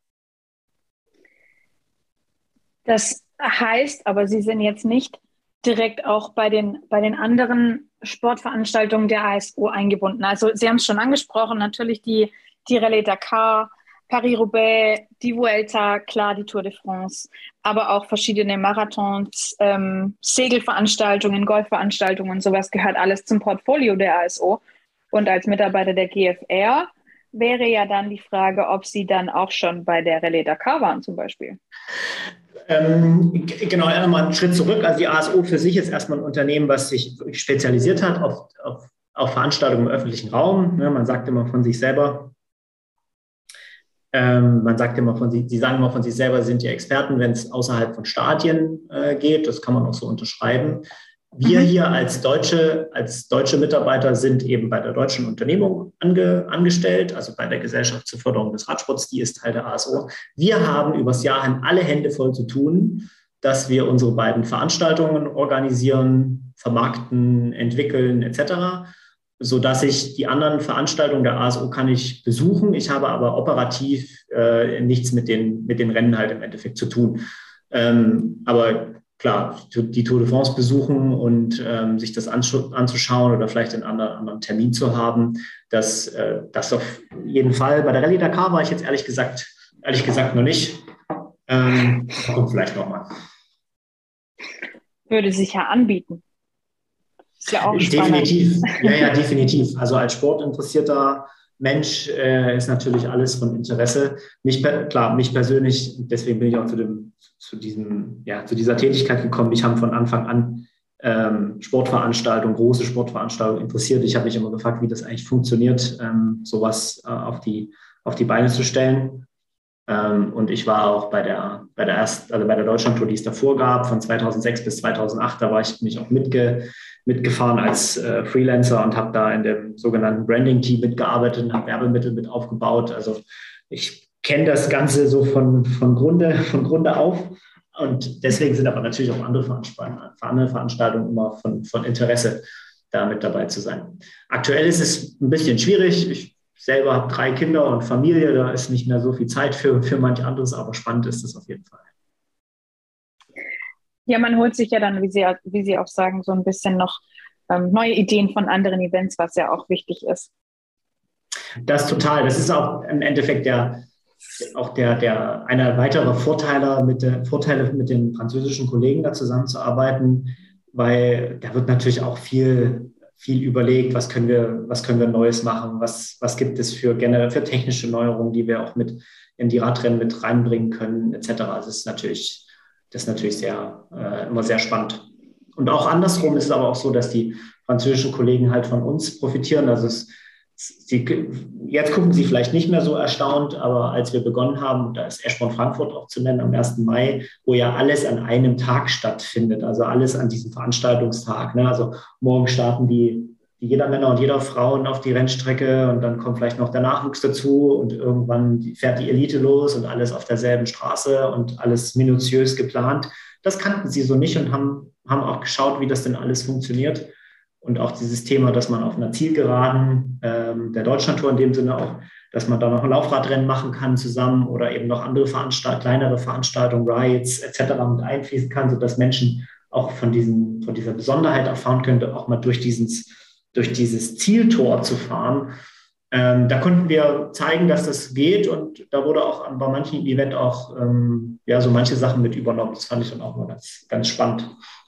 Das heißt aber, Sie sind jetzt nicht direkt auch bei den, bei den anderen Sportveranstaltungen der A S O eingebunden. Also Sie haben es schon angesprochen, natürlich die, die Rallye Dakar, Paris-Roubaix, die Vuelta, klar, die Tour de France, aber auch verschiedene Marathons, ähm, Segelveranstaltungen, Golfveranstaltungen und sowas gehört alles zum Portfolio der A S O. Und als Mitarbeiter der G F R wäre ja dann die Frage, ob Sie dann auch schon bei der Rallye Dakar waren zum Beispiel. Ähm, genau, einmal einen Schritt zurück. Also die A S O für sich ist erstmal ein Unternehmen, was sich spezialisiert hat auf, auf, auf Veranstaltungen im öffentlichen Raum. Ne, man sagt immer von sich selber, Ähm, man sagt immer von sie, sie sagen immer von sich selber, sind die Experten, wenn es außerhalb von Stadien äh, geht. Das kann man auch so unterschreiben. Wir mhm. hier als deutsche, als deutsche Mitarbeiter sind eben bei der deutschen Unternehmung ange, angestellt, also bei der Gesellschaft zur Förderung des Radsports, die ist Teil der A S O. Wir haben übers Jahr hin alle Hände voll zu tun, dass wir unsere beiden Veranstaltungen organisieren, vermarkten, entwickeln et cetera, sodass ich die anderen Veranstaltungen der A S O kann ich besuchen. Ich habe aber operativ äh, nichts mit den, mit den Rennen halt im Endeffekt zu tun. Ähm, aber klar, die Tour de France besuchen und ähm, sich das anzuschauen oder vielleicht einen anderen, anderen Termin zu haben, das, äh, das auf jeden Fall. Bei der Rallye Dakar war ich jetzt ehrlich gesagt, ehrlich gesagt noch nicht. Ähm, kommt vielleicht nochmal. Würde sich ja anbieten. Ist ja auch definitiv, spannend. ja, ja, definitiv. Also als sportinteressierter Mensch äh, ist natürlich alles von Interesse. Mich, klar, mich persönlich, deswegen bin ich auch zu, dem, zu, diesem, ja, zu dieser Tätigkeit gekommen. Mich haben von Anfang an ähm, Sportveranstaltungen, große Sportveranstaltungen interessiert. Ich habe mich immer gefragt, wie das eigentlich funktioniert, ähm, sowas äh, auf, die, auf die Beine zu stellen. Ähm, und ich war auch bei der, bei der ersten, also bei der Deutschlandtour, die es davor gab, von zweitausendsechs bis zweitausendacht, da war ich mich auch mitge mitgefahren als äh, Freelancer und habe da in dem sogenannten Branding-Team mitgearbeitet und habe Werbemittel mit aufgebaut. Also ich kenne das Ganze so von, von, Grunde, von Grunde auf. Und deswegen sind aber natürlich auch andere Veranstaltungen, andere Veranstaltungen immer von, von Interesse, da mit dabei zu sein. Aktuell ist es ein bisschen schwierig. Ich selber habe drei Kinder und Familie. Da ist nicht mehr so viel Zeit für, für manch anderes, aber spannend ist es auf jeden Fall. Ja, man holt sich ja dann, wie Sie, wie Sie auch sagen, so ein bisschen noch ähm, neue Ideen von anderen Events, was ja auch wichtig ist. Das total. Das ist auch im Endeffekt der, auch der, der einer weiterer Vorteile mit, der, Vorteile mit den französischen Kollegen da zusammenzuarbeiten, weil da wird natürlich auch viel, viel überlegt, was können wir, was können wir Neues machen, was, was gibt es für, generell für technische Neuerungen, die wir auch mit in die Radrennen mit reinbringen können, et cetera. Das ist natürlich Das ist natürlich sehr, äh, immer sehr spannend. Und auch andersrum ist es aber auch so, dass die französischen Kollegen halt von uns profitieren. Also es, sie, jetzt gucken sie vielleicht nicht mehr so erstaunt, aber als wir begonnen haben, da ist Eschborn Frankfurt auch zu nennen, am ersten Mai, wo ja alles an einem Tag stattfindet, also alles an diesem Veranstaltungstag. Ne? Also morgen starten die, die jeder Männer und jeder Frauen auf die Rennstrecke und dann kommt vielleicht noch der Nachwuchs dazu und irgendwann fährt die Elite los und alles auf derselben Straße und alles minutiös geplant. Das kannten sie so nicht und haben, haben auch geschaut, wie das denn alles funktioniert. Und auch dieses Thema, dass man auf einer Zielgeraden ähm, der Deutschlandtour in dem Sinne auch, dass man da noch ein Laufradrennen machen kann zusammen oder eben noch andere Veranstaltungen, kleinere Veranstaltungen, Rides et cetera mit einfließen kann, sodass Menschen auch von, diesen, von dieser Besonderheit erfahren können, auch mal durch dieses durch dieses Zieltor zu fahren, Ähm, da konnten wir zeigen, dass das geht und da wurde auch bei manchen Event auch ähm, ja, so manche Sachen mit übernommen. Das fand ich dann auch mal ganz, ganz spannend.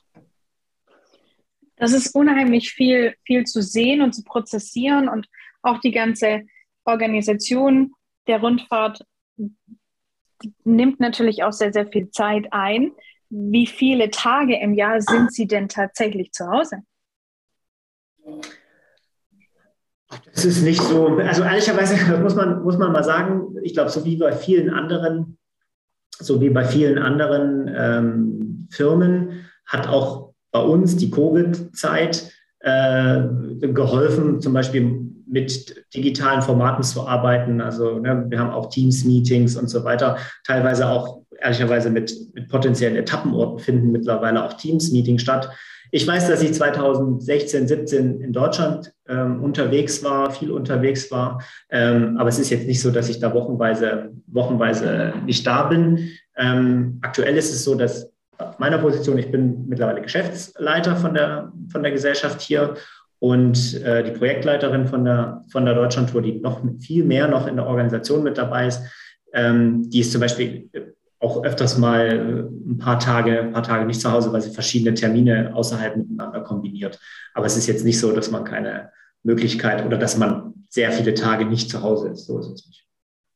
Das ist unheimlich viel, viel zu sehen und zu prozessieren und auch die ganze Organisation der Rundfahrt nimmt natürlich auch sehr, sehr viel Zeit ein. Wie viele Tage im Jahr sind Sie denn tatsächlich zu Hause? Das ist nicht so, also ehrlicherweise muss man, muss man mal sagen, ich glaube, so wie bei vielen anderen, so wie bei vielen anderen ähm, Firmen hat auch bei uns die Covid-Zeit äh, geholfen, zum Beispiel mit digitalen Formaten zu arbeiten. Also ne, wir haben auch Teams-Meetings und so weiter. Teilweise auch ehrlicherweise mit, mit potenziellen Etappenorten finden mittlerweile auch Teams-Meetings statt. Ich weiß, dass ich zweitausendsechzehn, siebzehn in Deutschland ähm, unterwegs war, viel unterwegs war. Ähm, aber es ist jetzt nicht so, dass ich da wochenweise, wochenweise nicht da bin. Ähm, aktuell ist es so, dass auf meiner Position, ich bin mittlerweile Geschäftsleiter von der, von der Gesellschaft hier und äh, die Projektleiterin von der, von der Deutschlandtour, die noch viel mehr noch in der Organisation mit dabei ist, ähm, die ist zum Beispiel auch öfters mal ein paar Tage, ein paar Tage nicht zu Hause, weil sie verschiedene Termine außerhalb miteinander kombiniert. Aber es ist jetzt nicht so, dass man keine Möglichkeit oder dass man sehr viele Tage nicht zu Hause ist. So ist es nicht.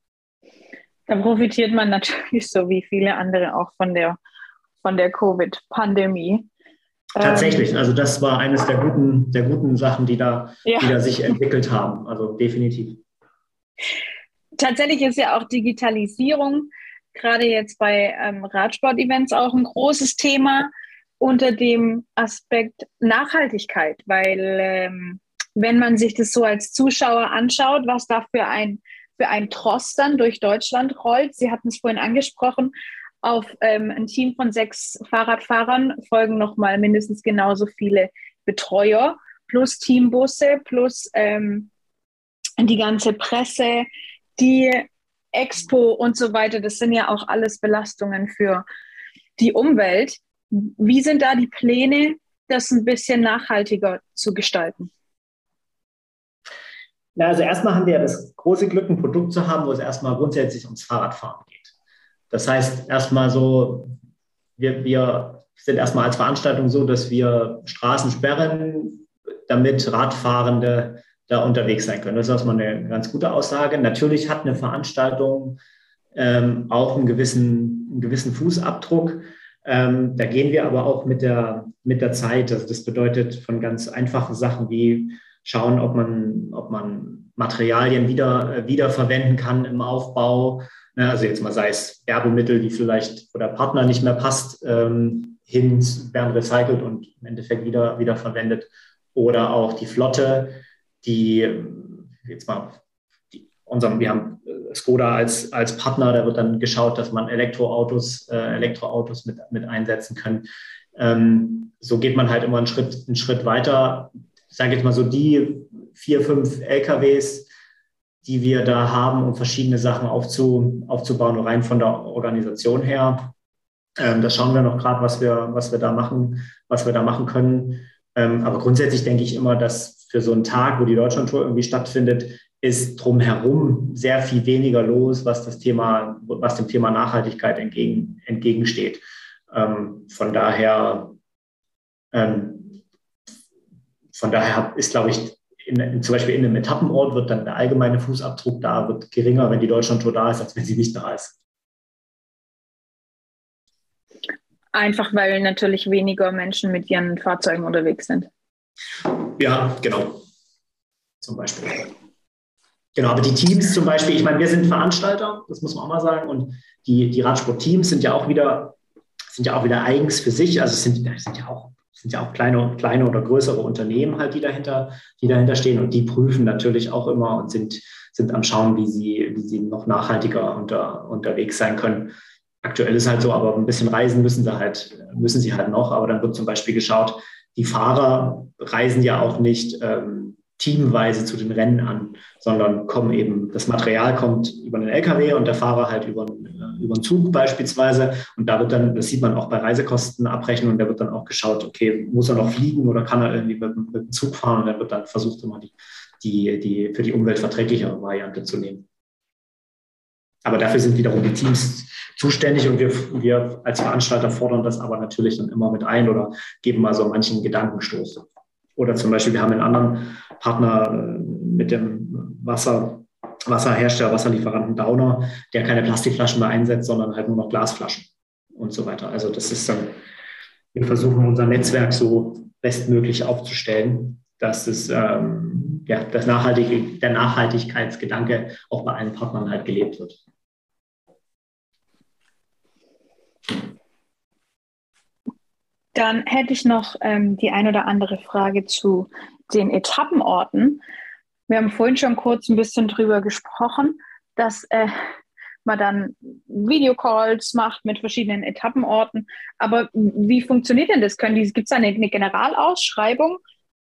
Da profitiert man natürlich so wie viele andere auch von der, von der Covid-Pandemie. Tatsächlich, also das war eines der guten, der guten Sachen, die da, ja. die da sich entwickelt haben. Also definitiv. Tatsächlich ist ja auch Digitalisierung gerade jetzt bei ähm, Radsport-Events auch ein großes Thema unter dem Aspekt Nachhaltigkeit, weil ähm, wenn man sich das so als Zuschauer anschaut, was da für ein, für ein Tross dann durch Deutschland rollt, Sie hatten es vorhin angesprochen, auf ähm, ein Team von sechs Fahrradfahrern folgen nochmal mindestens genauso viele Betreuer, plus Teambusse, plus ähm, die ganze Presse, die Expo und so weiter, das sind ja auch alles Belastungen für die Umwelt. Wie sind da die Pläne, das ein bisschen nachhaltiger zu gestalten? Na, also erstmal haben wir ja das große Glück, ein Produkt zu haben, wo es erstmal grundsätzlich ums Fahrradfahren geht. Das heißt erstmal so, wir, wir sind erstmal als Veranstaltung so, dass wir Straßen sperren, damit Radfahrende da unterwegs sein können. Das ist erstmal eine ganz gute Aussage. Natürlich hat eine Veranstaltung ähm, auch einen gewissen, einen gewissen Fußabdruck. Ähm, da gehen wir aber auch mit der, mit der Zeit. Also das bedeutet von ganz einfachen Sachen wie schauen, ob man, ob man Materialien wieder, äh, wiederverwenden kann im Aufbau. Ne, also jetzt mal sei es Werbemittel, die vielleicht, wo der Partner nicht mehr passt, ähm, hin werden recycelt und im Endeffekt wieder, wieder verwendet. Oder auch die Flotte, die jetzt mal, die, unserem, wir haben Skoda als, als Partner, da wird dann geschaut, dass man Elektroautos, äh, Elektroautos mit, mit einsetzen kann. Ähm, so geht man halt immer einen Schritt, einen Schritt weiter. Ich sage jetzt mal so, die vier, fünf L K Ws, die wir da haben, um verschiedene Sachen aufzu, aufzubauen, rein von der Organisation her. Ähm, da schauen wir noch gerade, was wir, was wir da machen, was wir da machen können. Ähm, aber grundsätzlich denke ich immer, dass für so einen Tag, wo die Deutschlandtour irgendwie stattfindet, ist drumherum sehr viel weniger los, was das Thema, was dem Thema Nachhaltigkeit entgegen, entgegensteht. Ähm, von daher, ähm, von daher ist, glaube ich, in, in, zum Beispiel in einem Etappenort wird dann der allgemeine Fußabdruck da wird geringer, wenn die Deutschlandtour da ist, als wenn sie nicht da ist. Einfach weil natürlich weniger Menschen mit ihren Fahrzeugen unterwegs sind. Ja, genau. Zum Beispiel. Genau, aber die Teams zum Beispiel, ich meine, wir sind Veranstalter, das muss man auch mal sagen, und die, die Radsport-Teams sind ja auch wieder, sind ja auch wieder eigens für sich, also es sind, sind ja auch, sind ja auch kleine, kleine oder größere Unternehmen halt, die dahinter, die dahinter stehen und die prüfen natürlich auch immer und sind, sind am Schauen, wie sie, wie sie noch nachhaltiger unter, unterwegs sein können. Aktuell ist halt so, aber ein bisschen reisen müssen sie halt, müssen sie halt noch, aber dann wird zum Beispiel geschaut, die Fahrer reisen ja auch nicht ähm, teamweise zu den Rennen an, sondern kommen eben, das Material kommt über einen L K W und der Fahrer halt über, äh, über einen Zug beispielsweise. Und da wird dann, das sieht man auch bei Reisekostenabrechnung, da wird dann auch geschaut, okay, muss er noch fliegen oder kann er irgendwie mit, mit dem Zug fahren? Und dann wird dann versucht, immer die, die, die für die Umwelt verträglichere Variante zu nehmen. Aber dafür sind wiederum die Teams zuständig und wir, wir als Veranstalter fordern das aber natürlich dann immer mit ein oder geben mal so manchen Gedankenstoß. Oder zum Beispiel, wir haben einen anderen Partner mit dem Wasser, Wasserhersteller, Wasserlieferanten Downer, der keine Plastikflaschen mehr einsetzt, sondern halt nur noch Glasflaschen und so weiter. Also das ist dann, wir versuchen unser Netzwerk so bestmöglich aufzustellen, dass es, ähm, ja, das Nachhaltige, der Nachhaltigkeitsgedanke auch bei allen Partnern halt gelebt wird. Dann hätte ich noch ähm, die ein oder andere Frage zu den Etappenorten. Wir haben vorhin schon kurz ein bisschen drüber gesprochen, dass äh, man dann Videocalls macht mit verschiedenen Etappenorten. Aber wie funktioniert denn das? Gibt es eine, eine Generalausschreibung,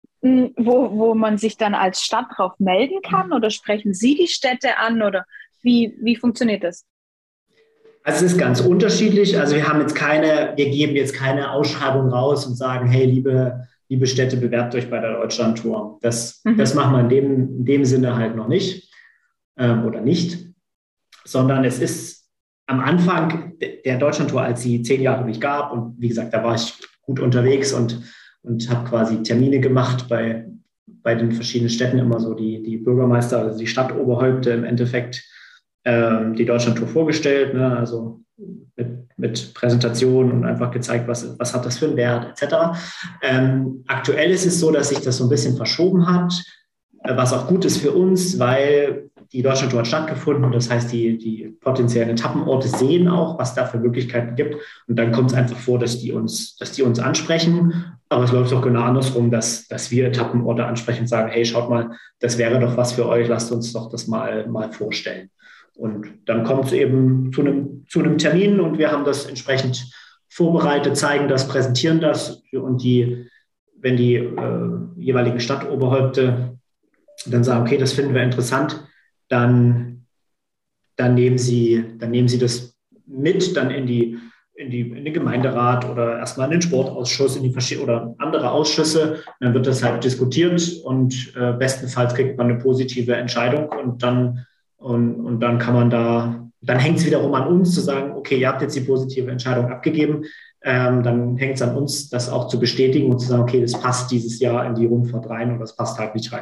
wo, wo man sich dann als Stadt drauf melden kann? Oder sprechen Sie die Städte an? Oder wie, wie funktioniert das? Also es ist ganz unterschiedlich. Also wir haben jetzt keine, wir geben jetzt keine Ausschreibung raus und sagen, hey, liebe, liebe Städte, bewerbt euch bei der Deutschlandtour. Das, mhm. das machen wir in dem, in dem Sinne halt noch nicht ähm, oder nicht, sondern es ist am Anfang der Deutschlandtour, als sie zehn Jahre nicht gab und wie gesagt, da war ich gut unterwegs und, und habe quasi Termine gemacht bei, bei den verschiedenen Städten, immer so die, die Bürgermeister, also die Stadtoberhäupte im Endeffekt, die Deutschlandtour vorgestellt, ne, also mit, mit Präsentationen und einfach gezeigt, was, was hat das für einen Wert, et cetera. Ähm, aktuell ist es so, dass sich das so ein bisschen verschoben hat, was auch gut ist für uns, weil die Deutschlandtour hat stattgefunden. Das heißt, die, die potenziellen Etappenorte sehen auch, was da für Möglichkeiten gibt. Und dann kommt es einfach vor, dass die uns, dass die uns ansprechen. Aber es läuft auch genau andersrum, dass, dass wir Etappenorte ansprechen und sagen, hey, schaut mal, das wäre doch was für euch, lasst uns doch das mal, mal vorstellen. Und dann kommt es eben zu einem, zu einem Termin und wir haben das entsprechend vorbereitet, zeigen das, präsentieren das. Und die, wenn die äh, jeweiligen Stadtoberhäupte dann sagen, okay, das finden wir interessant, dann, dann, nehmen, sie, dann nehmen sie das mit dann in, die, in, die, in den Gemeinderat oder erstmal in den Sportausschuss in die, oder andere Ausschüsse. Und dann wird das halt diskutiert und äh, bestenfalls kriegt man eine positive Entscheidung und dann Und, und dann kann man da, dann hängt es wiederum an uns zu sagen, okay, ihr habt jetzt die positive Entscheidung abgegeben, ähm, dann hängt es an uns, das auch zu bestätigen und zu sagen, okay, das passt dieses Jahr in die Rundfahrt rein und das passt halt nicht rein.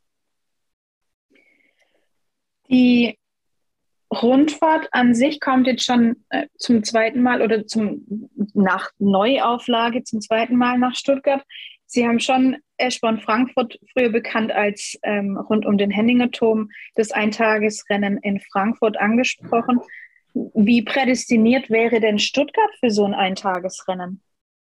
Die Rundfahrt an sich kommt jetzt schon äh, zum zweiten Mal oder zum, nach Neuauflage zum zweiten Mal nach Stuttgart. Sie haben schon Eschborn Frankfurt, früher bekannt als ähm, rund um den Henninger Turm, das Eintagesrennen in Frankfurt angesprochen. Wie prädestiniert wäre denn Stuttgart für so ein Eintagesrennen?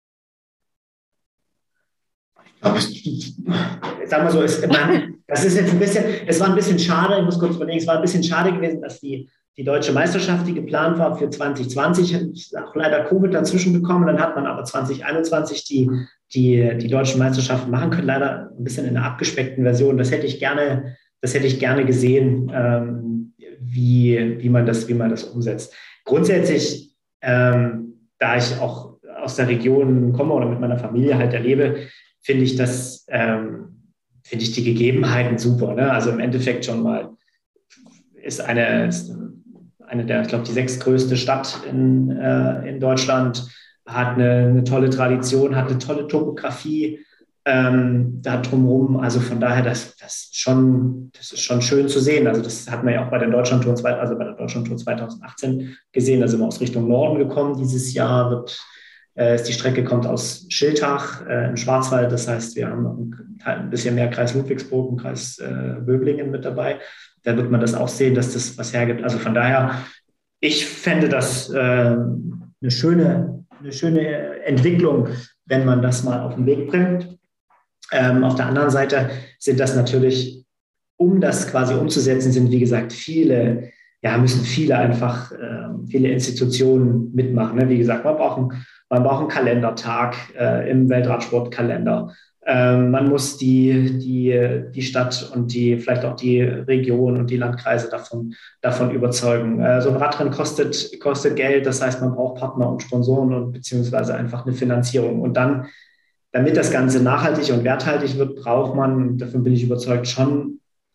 Sagen wir so, es, man, das ist jetzt ein bisschen, es war ein bisschen schade, ich muss kurz überlegen, es war ein bisschen schade gewesen, dass die, die deutsche Meisterschaft, die geplant war für zwanzig zwanzig, auch leider Covid dazwischen bekommen, dann hat man aber zwanzig einundzwanzig die, die, die deutschen Meisterschaften machen können, leider ein bisschen in einer abgespeckten Version. Das hätte ich gerne, das hätte ich gerne gesehen, ähm, wie, wie, man das, wie man das umsetzt. Grundsätzlich, ähm, da ich auch aus der Region komme oder mit meiner Familie halt erlebe, finde ich das, ähm, finde ich die Gegebenheiten super. Ne? Also im Endeffekt schon mal ist eine, ist eine der, ich glaube, die sechstgrößte Stadt in, äh, in Deutschland, hat eine, eine tolle Tradition, hat eine tolle Topografie ähm, da drumherum. Also von daher, das, das, schon, das ist schon schön zu sehen. Also das hat man ja auch bei der Deutschlandtour, also bei der Deutschlandtour zwanzig achtzehn gesehen. Da sind wir aus Richtung Norden gekommen. Dieses Jahr wird äh, die Strecke kommt aus Schiltach äh, im Schwarzwald. Das heißt, wir haben ein bisschen mehr Kreis Ludwigsburg und Kreis äh, Böblingen mit dabei. Da wird man das auch sehen, dass das was hergibt. Also von daher, ich fände das äh, eine schöne, eine schöne Entwicklung, wenn man das mal auf den Weg bringt. Ähm, auf der anderen Seite sind das natürlich, um das quasi umzusetzen, sind wie gesagt viele, ja, müssen viele einfach, äh, viele Institutionen mitmachen. Ne? Wie gesagt, man braucht einen, man braucht einen Kalendertag äh, im Weltradsportkalender. Ähm, man muss die, die, die Stadt und die, vielleicht auch die Region und die Landkreise davon, davon überzeugen. Äh, so ein Radrennen kostet, kostet Geld, das heißt, man braucht Partner und Sponsoren und beziehungsweise einfach eine Finanzierung. Und dann, damit das Ganze nachhaltig und werthaltig wird, braucht man, davon bin ich überzeugt, schon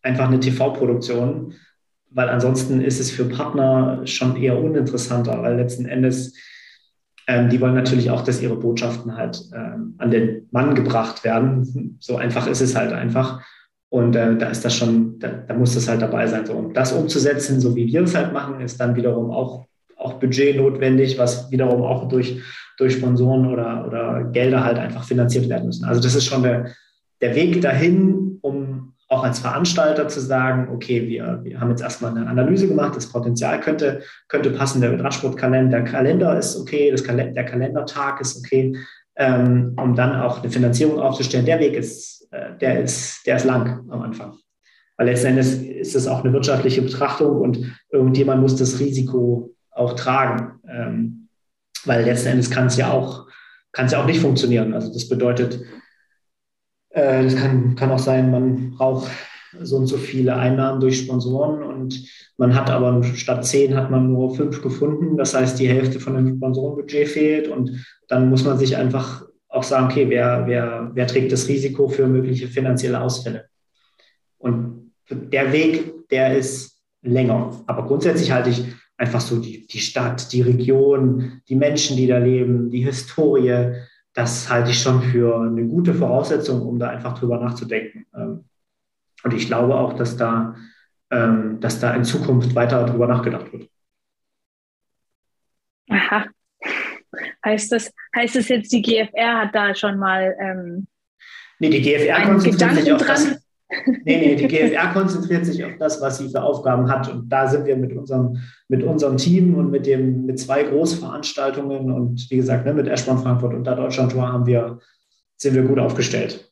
einfach eine T V-Produktion, weil ansonsten ist es für Partner schon eher uninteressanter, weil letzten Endes ähm, die wollen natürlich auch, dass ihre Botschaften halt ähm, an den Mann gebracht werden. So einfach ist es halt einfach. Und äh, da ist das schon, da, da muss das halt dabei sein. So. Und das umzusetzen, so wie wir es halt machen, ist dann wiederum auch, auch Budget notwendig, was wiederum auch durch, durch Sponsoren oder, oder Gelder halt einfach finanziert werden müssen. Also das ist schon der, der Weg dahin, um auch als Veranstalter zu sagen, okay, wir, wir haben jetzt erstmal eine Analyse gemacht, das Potenzial könnte, könnte passen, der Radsportkalender, der Kalender ist okay, das Kal- der Kalendertag ist okay, ähm, um dann auch eine Finanzierung aufzustellen. Der Weg ist, äh, der ist, der ist lang am Anfang. Weil letzten Endes ist es auch eine wirtschaftliche Betrachtung und irgendjemand muss das Risiko auch tragen. Ähm, weil letzten Endes kann es ja auch, kann es ja auch nicht funktionieren. Also das bedeutet, das kann, kann auch sein, man braucht so und so viele Einnahmen durch Sponsoren und man hat aber statt zehn hat man nur fünf gefunden. Das heißt, die Hälfte von dem Sponsorenbudget fehlt und dann muss man sich einfach auch sagen, okay, wer, wer, wer trägt das Risiko für mögliche finanzielle Ausfälle? Und der Weg, der ist länger. Aber grundsätzlich halte ich einfach so die, die Stadt, die Region, die Menschen, die da leben, die Historie, das halte ich schon für eine gute Voraussetzung, um da einfach drüber nachzudenken. Und ich glaube auch, dass da, dass da in Zukunft weiter drüber nachgedacht wird. Aha. Heißt das, heißt das jetzt, die G F R hat da schon mal ähm, nee, die G F R einen Gedanken sich auf dran? Das, nee, nee, die G F R konzentriert sich auf das, was sie für Aufgaben hat. Und da sind wir mit unserem, mit unserem Team und mit, dem, mit zwei Großveranstaltungen und wie gesagt, ne, mit Eschborn Frankfurt und der Deutschlandtour haben wir, sind wir gut aufgestellt.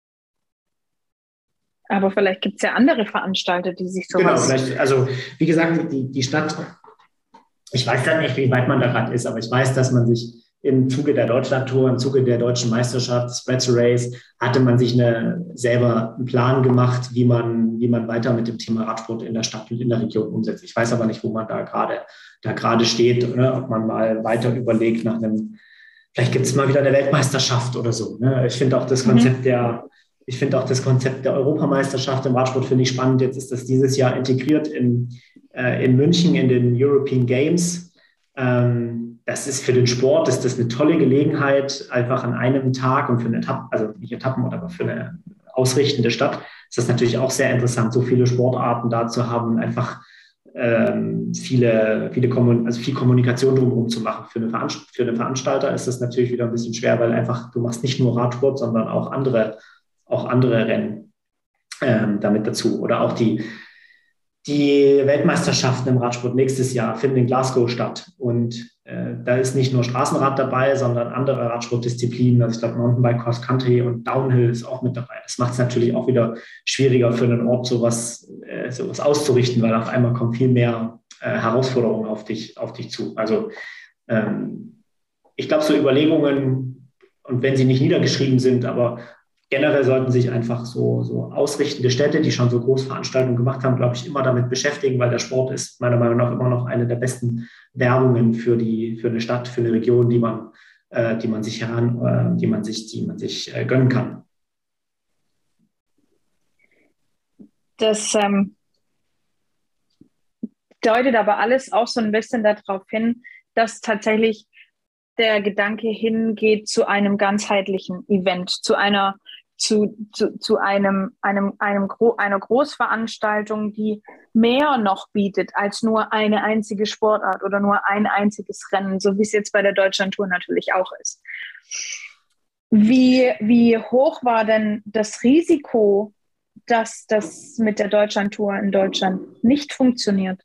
Aber vielleicht gibt es ja andere Veranstalter, die sich sowas... Genau, vielleicht, also wie gesagt, die, die Stadt, ich weiß dann nicht, wie weit man da gerade ist, aber ich weiß, dass man sich im Zuge der Deutschlandtour, im Zuge der deutschen Meisterschaft, Spread to Race, hatte man sich eine, selber einen Plan gemacht, wie man, wie man weiter mit dem Thema Radsport in der Stadt und in der Region umsetzt. Ich weiß aber nicht, wo man da gerade, da gerade steht, ne? Ob man mal weiter überlegt nach einem, vielleicht gibt es mal wieder eine Weltmeisterschaft oder so. Ne? Ich finde auch das Konzept mhm. der, ich finde auch das Konzept der Europameisterschaft im Radsport finde ich spannend. Jetzt ist das dieses Jahr integriert in, äh, in München in den European Games. Ähm, Das ist für den Sport, ist das eine tolle Gelegenheit, einfach an einem Tag und für eine Etappe, also nicht Etappen, aber für eine ausrichtende Stadt, ist das natürlich auch sehr interessant, so viele Sportarten da zu haben und einfach ähm, viele, viele Kommun- also viel Kommunikation drumherum zu machen. Für eine, Veranst- für eine Veranstalter ist das natürlich wieder ein bisschen schwer, weil einfach du machst nicht nur Radsport, sondern auch andere, auch andere Rennen ähm, damit dazu. Oder auch die Die Weltmeisterschaften im Radsport nächstes Jahr finden in Glasgow statt. Und äh, da ist nicht nur Straßenrad dabei, sondern andere Radsportdisziplinen. Also ich glaube, Mountainbike, Cross Country und Downhill ist auch mit dabei. Das macht es natürlich auch wieder schwieriger für einen Ort, sowas, äh, sowas auszurichten, weil auf einmal kommen viel mehr äh, Herausforderungen auf dich, auf dich zu. Also ähm, ich glaube, so Überlegungen, und wenn sie nicht niedergeschrieben sind, aber generell sollten sich einfach so, so ausrichtende Städte, die schon so Großveranstaltungen gemacht haben, glaube ich, immer damit beschäftigen, weil der Sport ist meiner Meinung nach immer noch eine der besten Werbungen für die, für eine Stadt, für eine Region, die man, äh, die man sich heran, äh, die man sich, die man sich äh, gönnen kann. Das ähm, deutet aber alles auch so ein bisschen darauf hin, dass tatsächlich der Gedanke hingeht zu einem ganzheitlichen Event, zu einer Zu, zu, zu einem, einem, einem Gro- einer Großveranstaltung, die mehr noch bietet als nur eine einzige Sportart oder nur ein einziges Rennen, so wie es jetzt bei der Deutschlandtour natürlich auch ist. Wie, wie hoch war denn das Risiko, dass das mit der Deutschlandtour in Deutschland nicht funktioniert?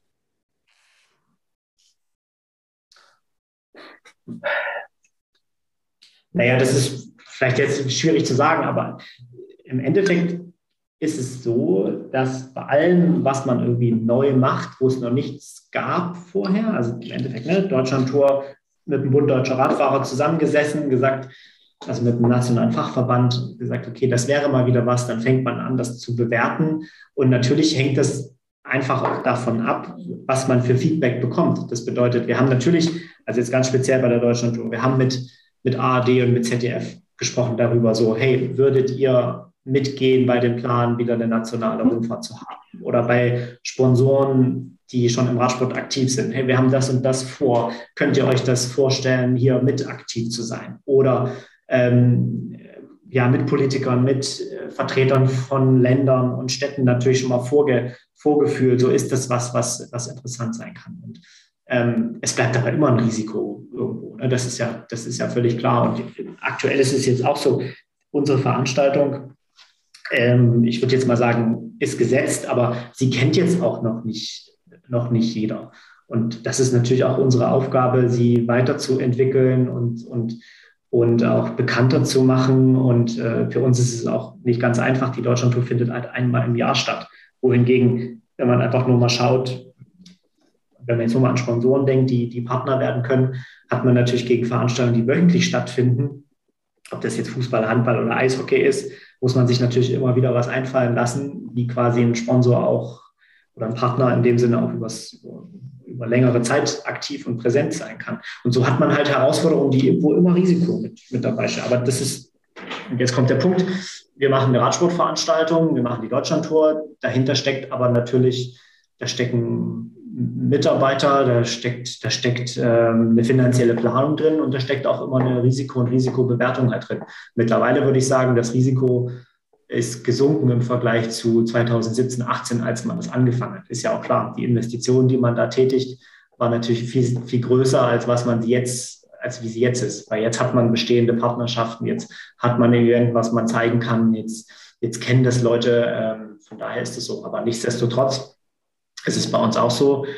Naja, das ist vielleicht jetzt schwierig zu sagen, aber im Endeffekt ist es so, dass bei allem, was man irgendwie neu macht, wo es noch nichts gab vorher, also im Endeffekt, ne, Deutschlandtour mit dem Bund Deutscher Radfahrer zusammengesessen, gesagt, also mit dem nationalen Fachverband, gesagt, okay, das wäre mal wieder was, dann fängt man an, das zu bewerten. Und natürlich hängt das einfach auch davon ab, was man für Feedback bekommt. Das bedeutet, wir haben natürlich, also jetzt ganz speziell bei der Deutschlandtour, wir haben mit, mit A R D und mit Z D F gesprochen darüber, so, hey, würdet ihr, mitgehen bei dem Plan, wieder eine nationale Rundfahrt zu haben. Oder bei Sponsoren, die schon im Radsport aktiv sind. Hey, wir haben das und das vor. Könnt ihr euch das vorstellen, hier mit aktiv zu sein? Oder ähm, ja, mit Politikern, mit äh, Vertretern von Ländern und Städten natürlich schon mal vorge, vorgefühlt. So ist das was, was, was interessant sein kann. Und ähm, es bleibt aber immer ein Risiko irgendwo. Ne? Das ist ja, das ist ja völlig klar. Und aktuell ist es jetzt auch so, unsere Veranstaltung, ähm, ich würde jetzt mal sagen, ist gesetzt, aber sie kennt jetzt auch noch nicht, noch nicht jeder. Und das ist natürlich auch unsere Aufgabe, sie weiterzuentwickeln und, und und auch bekannter zu machen. Und äh, für uns ist es auch nicht ganz einfach. Die Deutschlandtour findet halt einmal im Jahr statt. Wohingegen, wenn man einfach nur mal schaut, wenn man jetzt nur mal an Sponsoren denkt, die, die Partner werden können, hat man natürlich gegen Veranstaltungen, die wöchentlich stattfinden, ob das jetzt Fußball, Handball oder Eishockey ist, muss man sich natürlich immer wieder was einfallen lassen, wie quasi ein Sponsor auch oder ein Partner in dem Sinne auch übers über längere Zeit aktiv und präsent sein kann. Und so hat man halt Herausforderungen, die wo immer Risiko mit, mit dabei stehen. Aber das ist, und jetzt kommt der Punkt, wir machen eine Radsportveranstaltung, wir machen die Deutschlandtour, dahinter steckt aber natürlich, da stecken Mitarbeiter, da steckt, da steckt ähm, eine finanzielle Planung drin und da steckt auch immer eine Risiko- und Risikobewertung halt drin. Mittlerweile würde ich sagen, das Risiko ist gesunken im Vergleich zu zweitausendsiebzehn, achtzehn, als man das angefangen hat. Ist ja auch klar, die Investition, die man da tätigt, war natürlich viel, viel größer, als was man jetzt, als wie sie jetzt ist. Weil jetzt hat man bestehende Partnerschaften, jetzt hat man ein Event, was man zeigen kann, jetzt, jetzt kennen das Leute, ähm, von daher ist es so. Aber nichtsdestotrotz ist es bei uns auch so,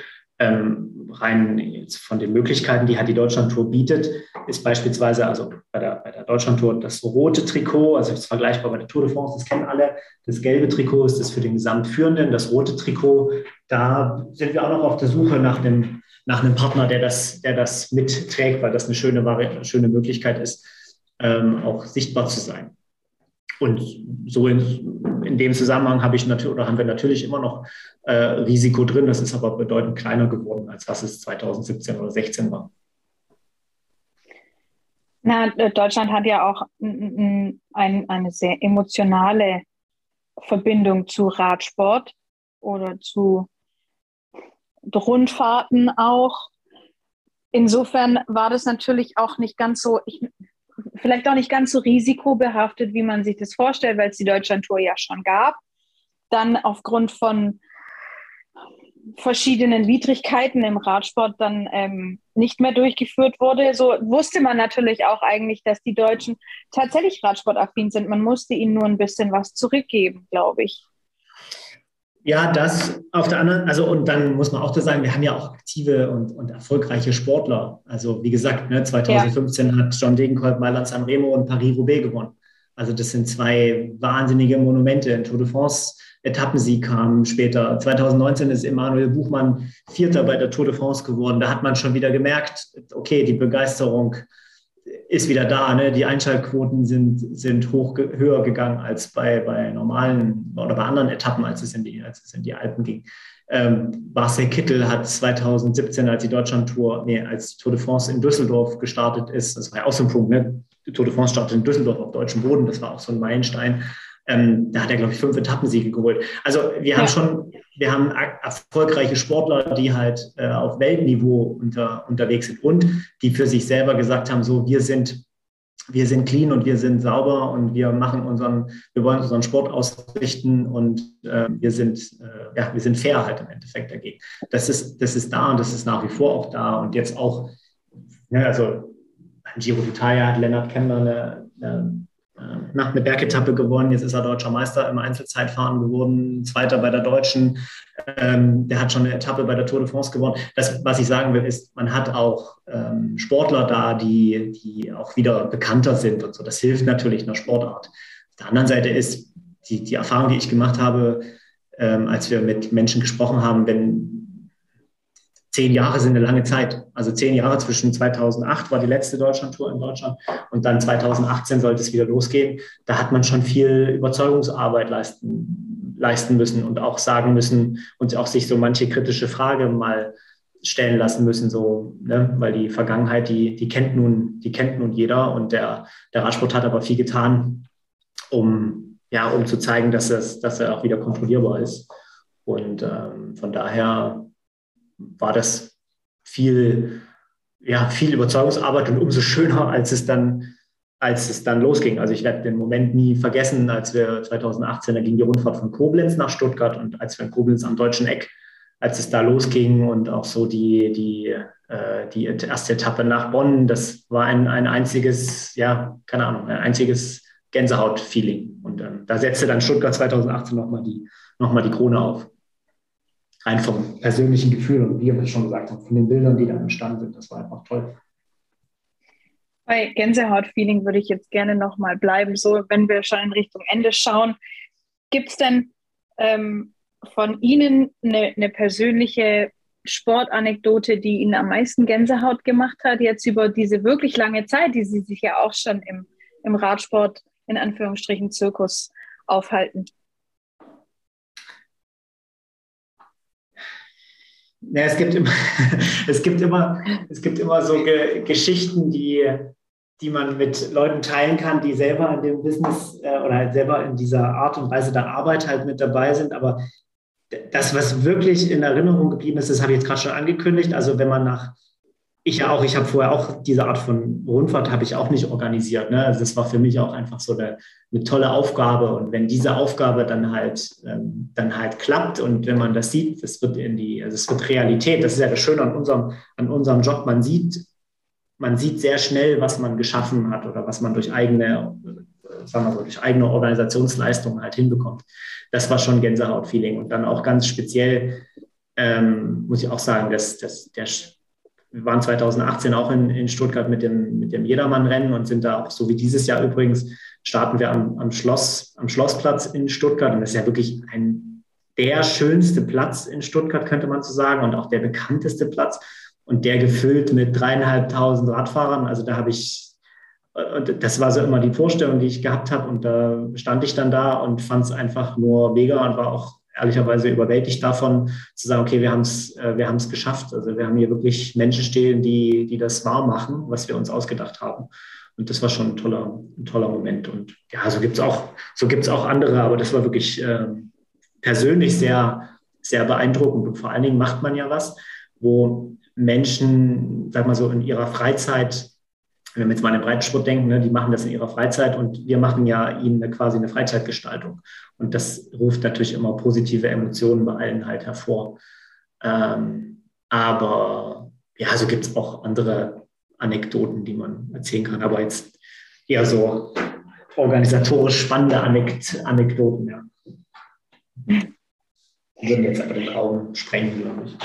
ähm, rein jetzt von den Möglichkeiten, die halt die Deutschlandtour bietet, ist beispielsweise, also bei der, bei der Deutschlandtour das rote Trikot, also das ist vergleichbar bei der Tour de France, das kennen alle, das gelbe Trikot ist das für den Gesamtführenden, das rote Trikot, da sind wir auch noch auf der Suche nach einem, nach einem Partner, der das, der das mitträgt, weil das eine schöne, eine schöne Möglichkeit ist, ähm, auch sichtbar zu sein. Und so in, in dem Zusammenhang habe ich natürlich, oder haben wir natürlich immer noch äh, Risiko drin. Das ist aber bedeutend kleiner geworden, als was es zweitausendsiebzehn oder sechzehn war. Na, Deutschland hat ja auch ein, ein, eine sehr emotionale Verbindung zu Radsport oder zu Rundfahrten auch. Insofern war das natürlich auch nicht ganz so, ich, vielleicht auch nicht ganz so risikobehaftet, wie man sich das vorstellt, weil es die Deutschlandtour ja schon gab. Dann aufgrund von verschiedenen Widrigkeiten im Radsport dann ähm, nicht mehr durchgeführt wurde. So wusste man natürlich auch eigentlich, dass die Deutschen tatsächlich radsportaffin sind. Man musste ihnen nur ein bisschen was zurückgeben, glaube ich. Ja, das auf der anderen, also und dann muss man auch da sagen, wir haben ja auch aktive und, und erfolgreiche Sportler. Also wie gesagt, ne, zweitausendfünfzehn ja. hat John Degenkolb Mailand-San Remo und Paris-Roubaix gewonnen. Also das sind zwei wahnsinnige Monumente. In Tour de France Etappensieg kam später. zweitausendneunzehn ist Emanuel Buchmann Vierter bei der Tour de France geworden. Da hat man schon wieder gemerkt, okay, die Begeisterung ist wieder da. Ne? Die Einschaltquoten sind, sind hoch, höher gegangen als bei, bei normalen oder bei anderen Etappen, als es in die, als es in die Alpen ging. Ähm, Marcel Kittel hat zweitausendsiebzehn, als die Deutschlandtour, nee, als Tour de France in Düsseldorf gestartet ist, das war ja auch so ein Punkt, ne? Die Tour de France startet in Düsseldorf auf deutschem Boden, das war auch so ein Meilenstein. Ähm, da hat er, glaube ich, fünf Etappensiege geholt. Also wir haben ja. schon, wir haben erfolgreiche Sportler, die halt äh, auf Weltniveau unter, unterwegs sind und die für sich selber gesagt haben, so wir sind, wir sind clean und wir sind sauber und wir machen unseren, wir wollen unseren Sport ausrichten und äh, wir sind, äh, ja, wir sind fair halt im Endeffekt dagegen. Das ist, das ist da und das ist nach wie vor auch da und jetzt auch, ja, also beim Giro d'Italia hat Lennart Kemner eine, eine nach einer Bergetappe gewonnen, jetzt ist er deutscher Meister im Einzelzeitfahren geworden, Zweiter bei der Deutschen, ähm, der hat schon eine Etappe bei der Tour de France gewonnen. Das, was ich sagen will, ist, man hat auch ähm, Sportler da, die, die auch wieder bekannter sind und so. Das hilft natürlich einer Sportart. Auf der anderen Seite ist die, die Erfahrung, die ich gemacht habe, ähm, als wir mit Menschen gesprochen haben, wenn Zehn Jahre sind eine lange Zeit. Also zehn Jahre zwischen zweitausendacht war die letzte Deutschlandtour in Deutschland und dann zweitausendachtzehn sollte es wieder losgehen. Da hat man schon viel Überzeugungsarbeit leisten, leisten müssen und auch sagen müssen und auch sich so manche kritische Frage mal stellen lassen müssen, so, ne? Weil die Vergangenheit, die, die kennt nun, die kennt nun jeder und der, der Radsport hat aber viel getan, um ja, um zu zeigen, dass, es, dass er auch wieder kontrollierbar ist. Und ähm, von daher war das viel, ja, viel Überzeugungsarbeit und umso schöner, als es dann, als es dann losging. Also ich werde den Moment nie vergessen, als wir zwanzig achtzehn, da ging die Rundfahrt von Koblenz nach Stuttgart und als wir in Koblenz am Deutschen Eck, als es da losging und auch so die, die, äh, die erste Etappe nach Bonn, das war ein, ein einziges, ja, keine Ahnung, ein einziges Gänsehaut-Feeling. Und ähm, da setzte dann Stuttgart zwanzig achtzehn nochmal die, noch mal die Krone auf. Rein vom persönlichen Gefühl und wie wir schon gesagt haben, von den Bildern, die da entstanden sind. Das war einfach toll. Bei Gänsehaut-Feeling würde ich jetzt gerne nochmal bleiben. So, wenn wir schon in Richtung Ende schauen, gibt es denn ähm, von Ihnen eine, eine persönliche Sportanekdote, die Ihnen am meisten Gänsehaut gemacht hat, jetzt über diese wirklich lange Zeit, die Sie sich ja auch schon im, im Radsport, in Anführungsstrichen, Zirkus aufhalten? Ja, es gibt immer, es gibt immer, es gibt immer so Ge- Geschichten, die, die man mit Leuten teilen kann, die selber in dem Business äh, oder halt selber in dieser Art und Weise der Arbeit halt mit dabei sind. Aber das, was wirklich in Erinnerung geblieben ist, das habe ich jetzt gerade schon angekündigt. Also wenn man nach, ich ja auch, ich habe vorher auch diese Art von Rundfahrt habe ich auch nicht organisiert. Ne? Also das war für mich auch einfach so eine, eine tolle Aufgabe. Und wenn diese Aufgabe dann halt, ähm, dann halt klappt und wenn man das sieht, das wird in die, also es wird Realität. Das ist ja das Schöne an unserem, an unserem Job. Man sieht, man sieht sehr schnell, was man geschaffen hat oder was man durch eigene, sagen wir so, durch eigene Organisationsleistungen halt hinbekommt. Das war schon Gänsehaut-Feeling. Und dann auch ganz speziell, ähm, muss ich auch sagen, dass, dass der wir waren zwanzig achtzehn auch in, in Stuttgart mit dem, mit dem Jedermann-Rennen und sind da auch, so wie dieses Jahr übrigens, starten wir am, am, Schloss, am Schlossplatz in Stuttgart. Und das ist ja wirklich ein, der schönste Platz in Stuttgart, könnte man so sagen, und auch der bekannteste Platz. Und der gefüllt mit dreieinhalbtausend Radfahrern. Also da habe ich, das war so immer die Vorstellung, die ich gehabt habe. Und da stand ich dann da und fand es einfach nur mega und war auch ehrlicherweise überwältigt davon, zu sagen, okay, wir haben es wir haben es geschafft. Also wir haben hier wirklich Menschen stehen, die, die das wahr machen, was wir uns ausgedacht haben. Und das war schon ein toller, ein toller Moment. Und ja, so gibt es auch, so gibt's auch andere, aber das war wirklich äh, persönlich sehr, sehr beeindruckend. Und vor allen Dingen macht man ja was, wo Menschen, sag mal so, in ihrer Freizeit, wenn wir jetzt mal an den Breitensport denken, ne, die machen das in ihrer Freizeit und wir machen ja ihnen quasi eine Freizeitgestaltung. Und das ruft natürlich immer positive Emotionen bei allen halt hervor. Ähm, aber ja, so gibt es auch andere Anekdoten, die man erzählen kann. Aber jetzt eher so organisatorisch spannende Anek- Anekdoten, ja. Die würden jetzt aber den Raum sprengen, glaube ich.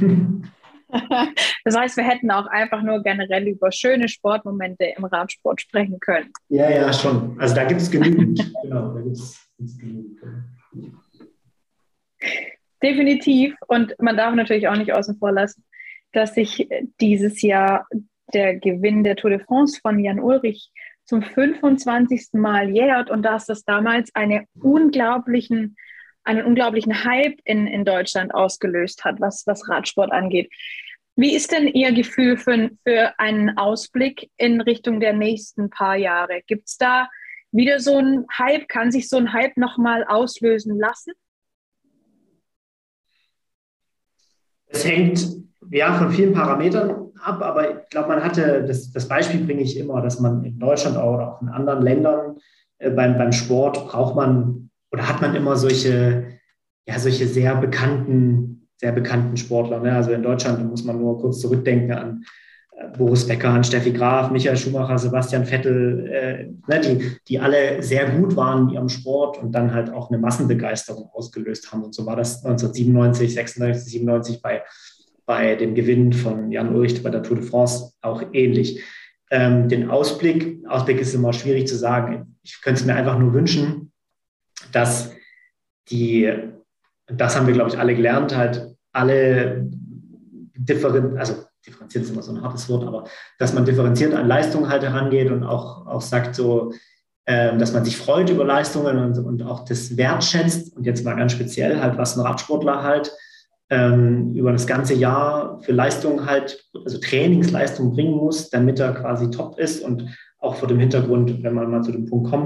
Das heißt, wir hätten auch einfach nur generell über schöne Sportmomente im Radsport sprechen können. Ja, ja, schon. Also da gibt es genügend. Genau, da gibt es genügend. Definitiv. Und man darf natürlich auch nicht außen vor lassen, dass sich dieses Jahr der Gewinn der Tour de France von Jan Ullrich zum fünfundzwanzigsten Mal jährt und dass das damals eine unglaublichen einen unglaublichen Hype in, in Deutschland ausgelöst hat, was, was Radsport angeht. Wie ist denn Ihr Gefühl für, für einen Ausblick in Richtung der nächsten paar Jahre? Gibt es da wieder so einen Hype? Kann sich so ein Hype nochmal auslösen lassen? Es hängt ja von vielen Parametern ab, aber ich glaube, man hatte, das, das Beispiel bringe ich immer, dass man in Deutschland oder auch in anderen Ländern äh, beim, beim Sport braucht man oder hat man immer solche, ja, solche sehr bekannten, sehr bekannten Sportler. Ne? Also in Deutschland muss man nur kurz zurückdenken an äh, Boris Becker, an Steffi Graf, Michael Schumacher, Sebastian Vettel, äh, ne? die, die alle sehr gut waren in ihrem Sport und dann halt auch eine Massenbegeisterung ausgelöst haben. Und so war das neunzehnhundertsiebenundneunzig, sechsundneunzig, siebenundneunzig bei, bei dem Gewinn von Jan Ullrich bei der Tour de France auch ähnlich. Ähm, den Ausblick, Ausblick ist immer schwierig zu sagen. Ich könnte es mir einfach nur wünschen, dass die, das haben wir, glaube ich, alle gelernt, halt alle differenziert, also differenziert ist immer so ein hartes Wort, aber dass man differenziert an Leistungen halt herangeht und auch, auch sagt so, äh, dass man sich freut über Leistungen und, und auch das wertschätzt und jetzt mal ganz speziell halt, was ein Radsportler halt ähm, über das ganze Jahr für Leistungen halt, also Trainingsleistungen bringen muss, damit er quasi top ist und auch vor dem Hintergrund, wenn man mal zu dem Punkt kommt,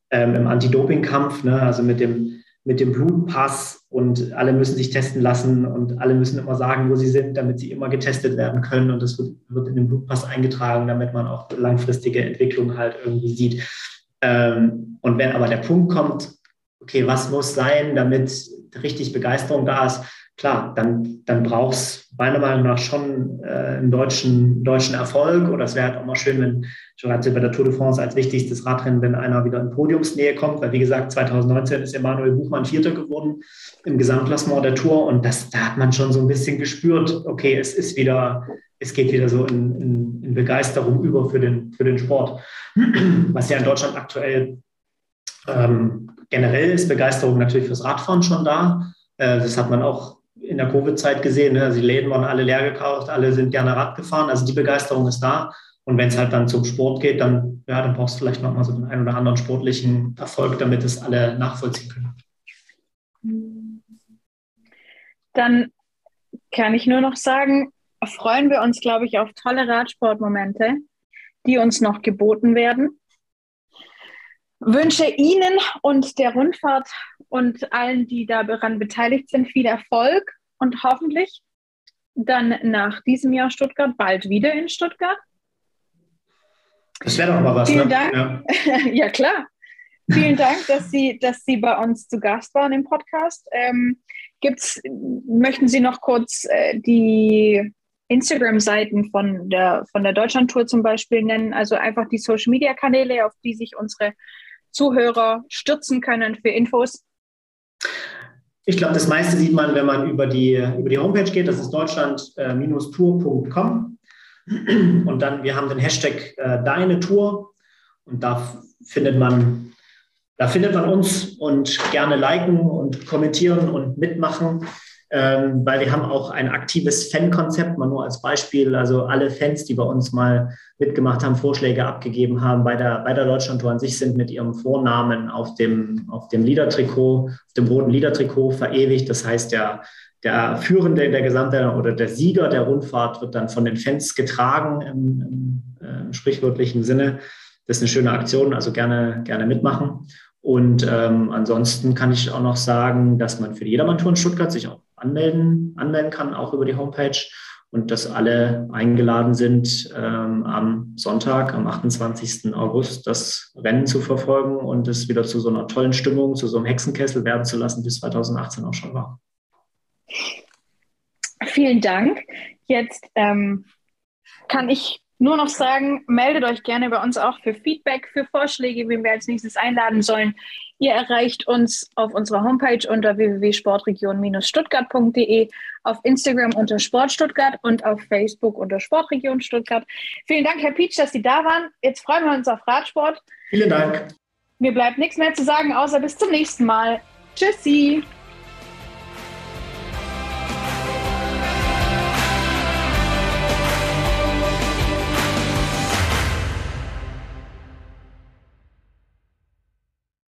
ähm, im Anti-Doping-Kampf, ne? Also mit dem, mit dem Blutpass und alle müssen sich testen lassen und alle müssen immer sagen, wo sie sind, damit sie immer getestet werden können und das wird, wird in den Blutpass eingetragen, damit man auch langfristige Entwicklung halt irgendwie sieht. Ähm, und wenn aber der Punkt kommt, okay, was muss sein, damit richtig Begeisterung da ist, klar, dann, dann braucht es meiner Meinung nach schon äh, einen deutschen, deutschen Erfolg. Oder es wäre halt auch mal schön, wenn schon gerade bei der Tour de France als wichtigstes Radrennen, wenn einer wieder in Podiumsnähe kommt. Weil wie gesagt, zwanzig neunzehn ist Emanuel Buchmann Vierter geworden im Gesamtklassement der Tour. Und das, da hat man schon so ein bisschen gespürt, okay, es ist wieder, es geht wieder so in, in, in Begeisterung über für den, für den Sport. Was ja in Deutschland aktuell ähm, generell ist, Begeisterung natürlich fürs Radfahren schon da. Äh, das hat man auch in der Covid-Zeit gesehen. Ne? Also die Läden waren alle leer gekauft, alle sind gerne Rad gefahren. Also die Begeisterung ist da. Und wenn es halt dann zum Sport geht, dann, ja, dann brauchst du vielleicht nochmal so den einen oder anderen sportlichen Erfolg, damit es alle nachvollziehen können. Dann kann ich nur noch sagen, freuen wir uns, glaube ich, auf tolle Radsportmomente, die uns noch geboten werden. Wünsche Ihnen und der Rundfahrt und allen, die daran beteiligt sind, viel Erfolg und hoffentlich dann nach diesem Jahr Stuttgart bald wieder in Stuttgart. Das wäre doch mal was, Vielen ne? Dank. Ja. Ja, klar. Vielen Dank, dass Sie, dass Sie bei uns zu Gast waren im Podcast. Ähm, gibt's, möchten Sie noch kurz äh, die Instagram-Seiten von der, von der Deutschlandtour zum Beispiel nennen? Also einfach die Social-Media-Kanäle, auf die sich unsere Zuhörer stürzen können für Infos. Ich glaube, das meiste sieht man, wenn man über die, über die Homepage geht. Das ist deutschland Bindestrich tour Punkt com. Und dann, wir haben den Hashtag äh, Deine Tour. Und da findet man, da findet man uns und gerne liken und kommentieren und mitmachen. Ähm, weil wir haben auch ein aktives Fan-Konzept, mal nur als Beispiel. Also alle Fans, die bei uns mal mitgemacht haben, Vorschläge abgegeben haben bei der, bei der Deutschlandtour an sich, sind mit ihrem Vornamen auf dem, auf dem Liedertrikot, auf dem roten Liedertrikot verewigt. Das heißt, der, der Führende in der Gesamtwertung oder der Sieger der Rundfahrt wird dann von den Fans getragen im, im, äh, im sprichwörtlichen Sinne. Das ist eine schöne Aktion, also gerne, gerne mitmachen. Und ähm, ansonsten kann ich auch noch sagen, dass man für die Jedermann-Tour in Stuttgart sich auch anmelden, anmelden kann, auch über die Homepage. Und dass alle eingeladen sind, ähm, am Sonntag, am achtundzwanzigsten August, das Rennen zu verfolgen und es wieder zu so einer tollen Stimmung, zu so einem Hexenkessel werden zu lassen, wie es zwanzig achtzehn auch schon war. Vielen Dank. Jetzt ähm, kann ich nur noch sagen, meldet euch gerne bei uns auch für Feedback, für Vorschläge, wen wir als nächstes einladen sollen. Ihr erreicht uns auf unserer Homepage unter w w w punkt sportregion stuttgart punkt d e, auf Instagram unter Sportstuttgart und auf Facebook unter Sportregion Stuttgart. Vielen Dank, Herr Pietsch, dass Sie da waren. Jetzt freuen wir uns auf Radsport. Vielen Dank. Mir bleibt nichts mehr zu sagen, außer bis zum nächsten Mal. Tschüssi.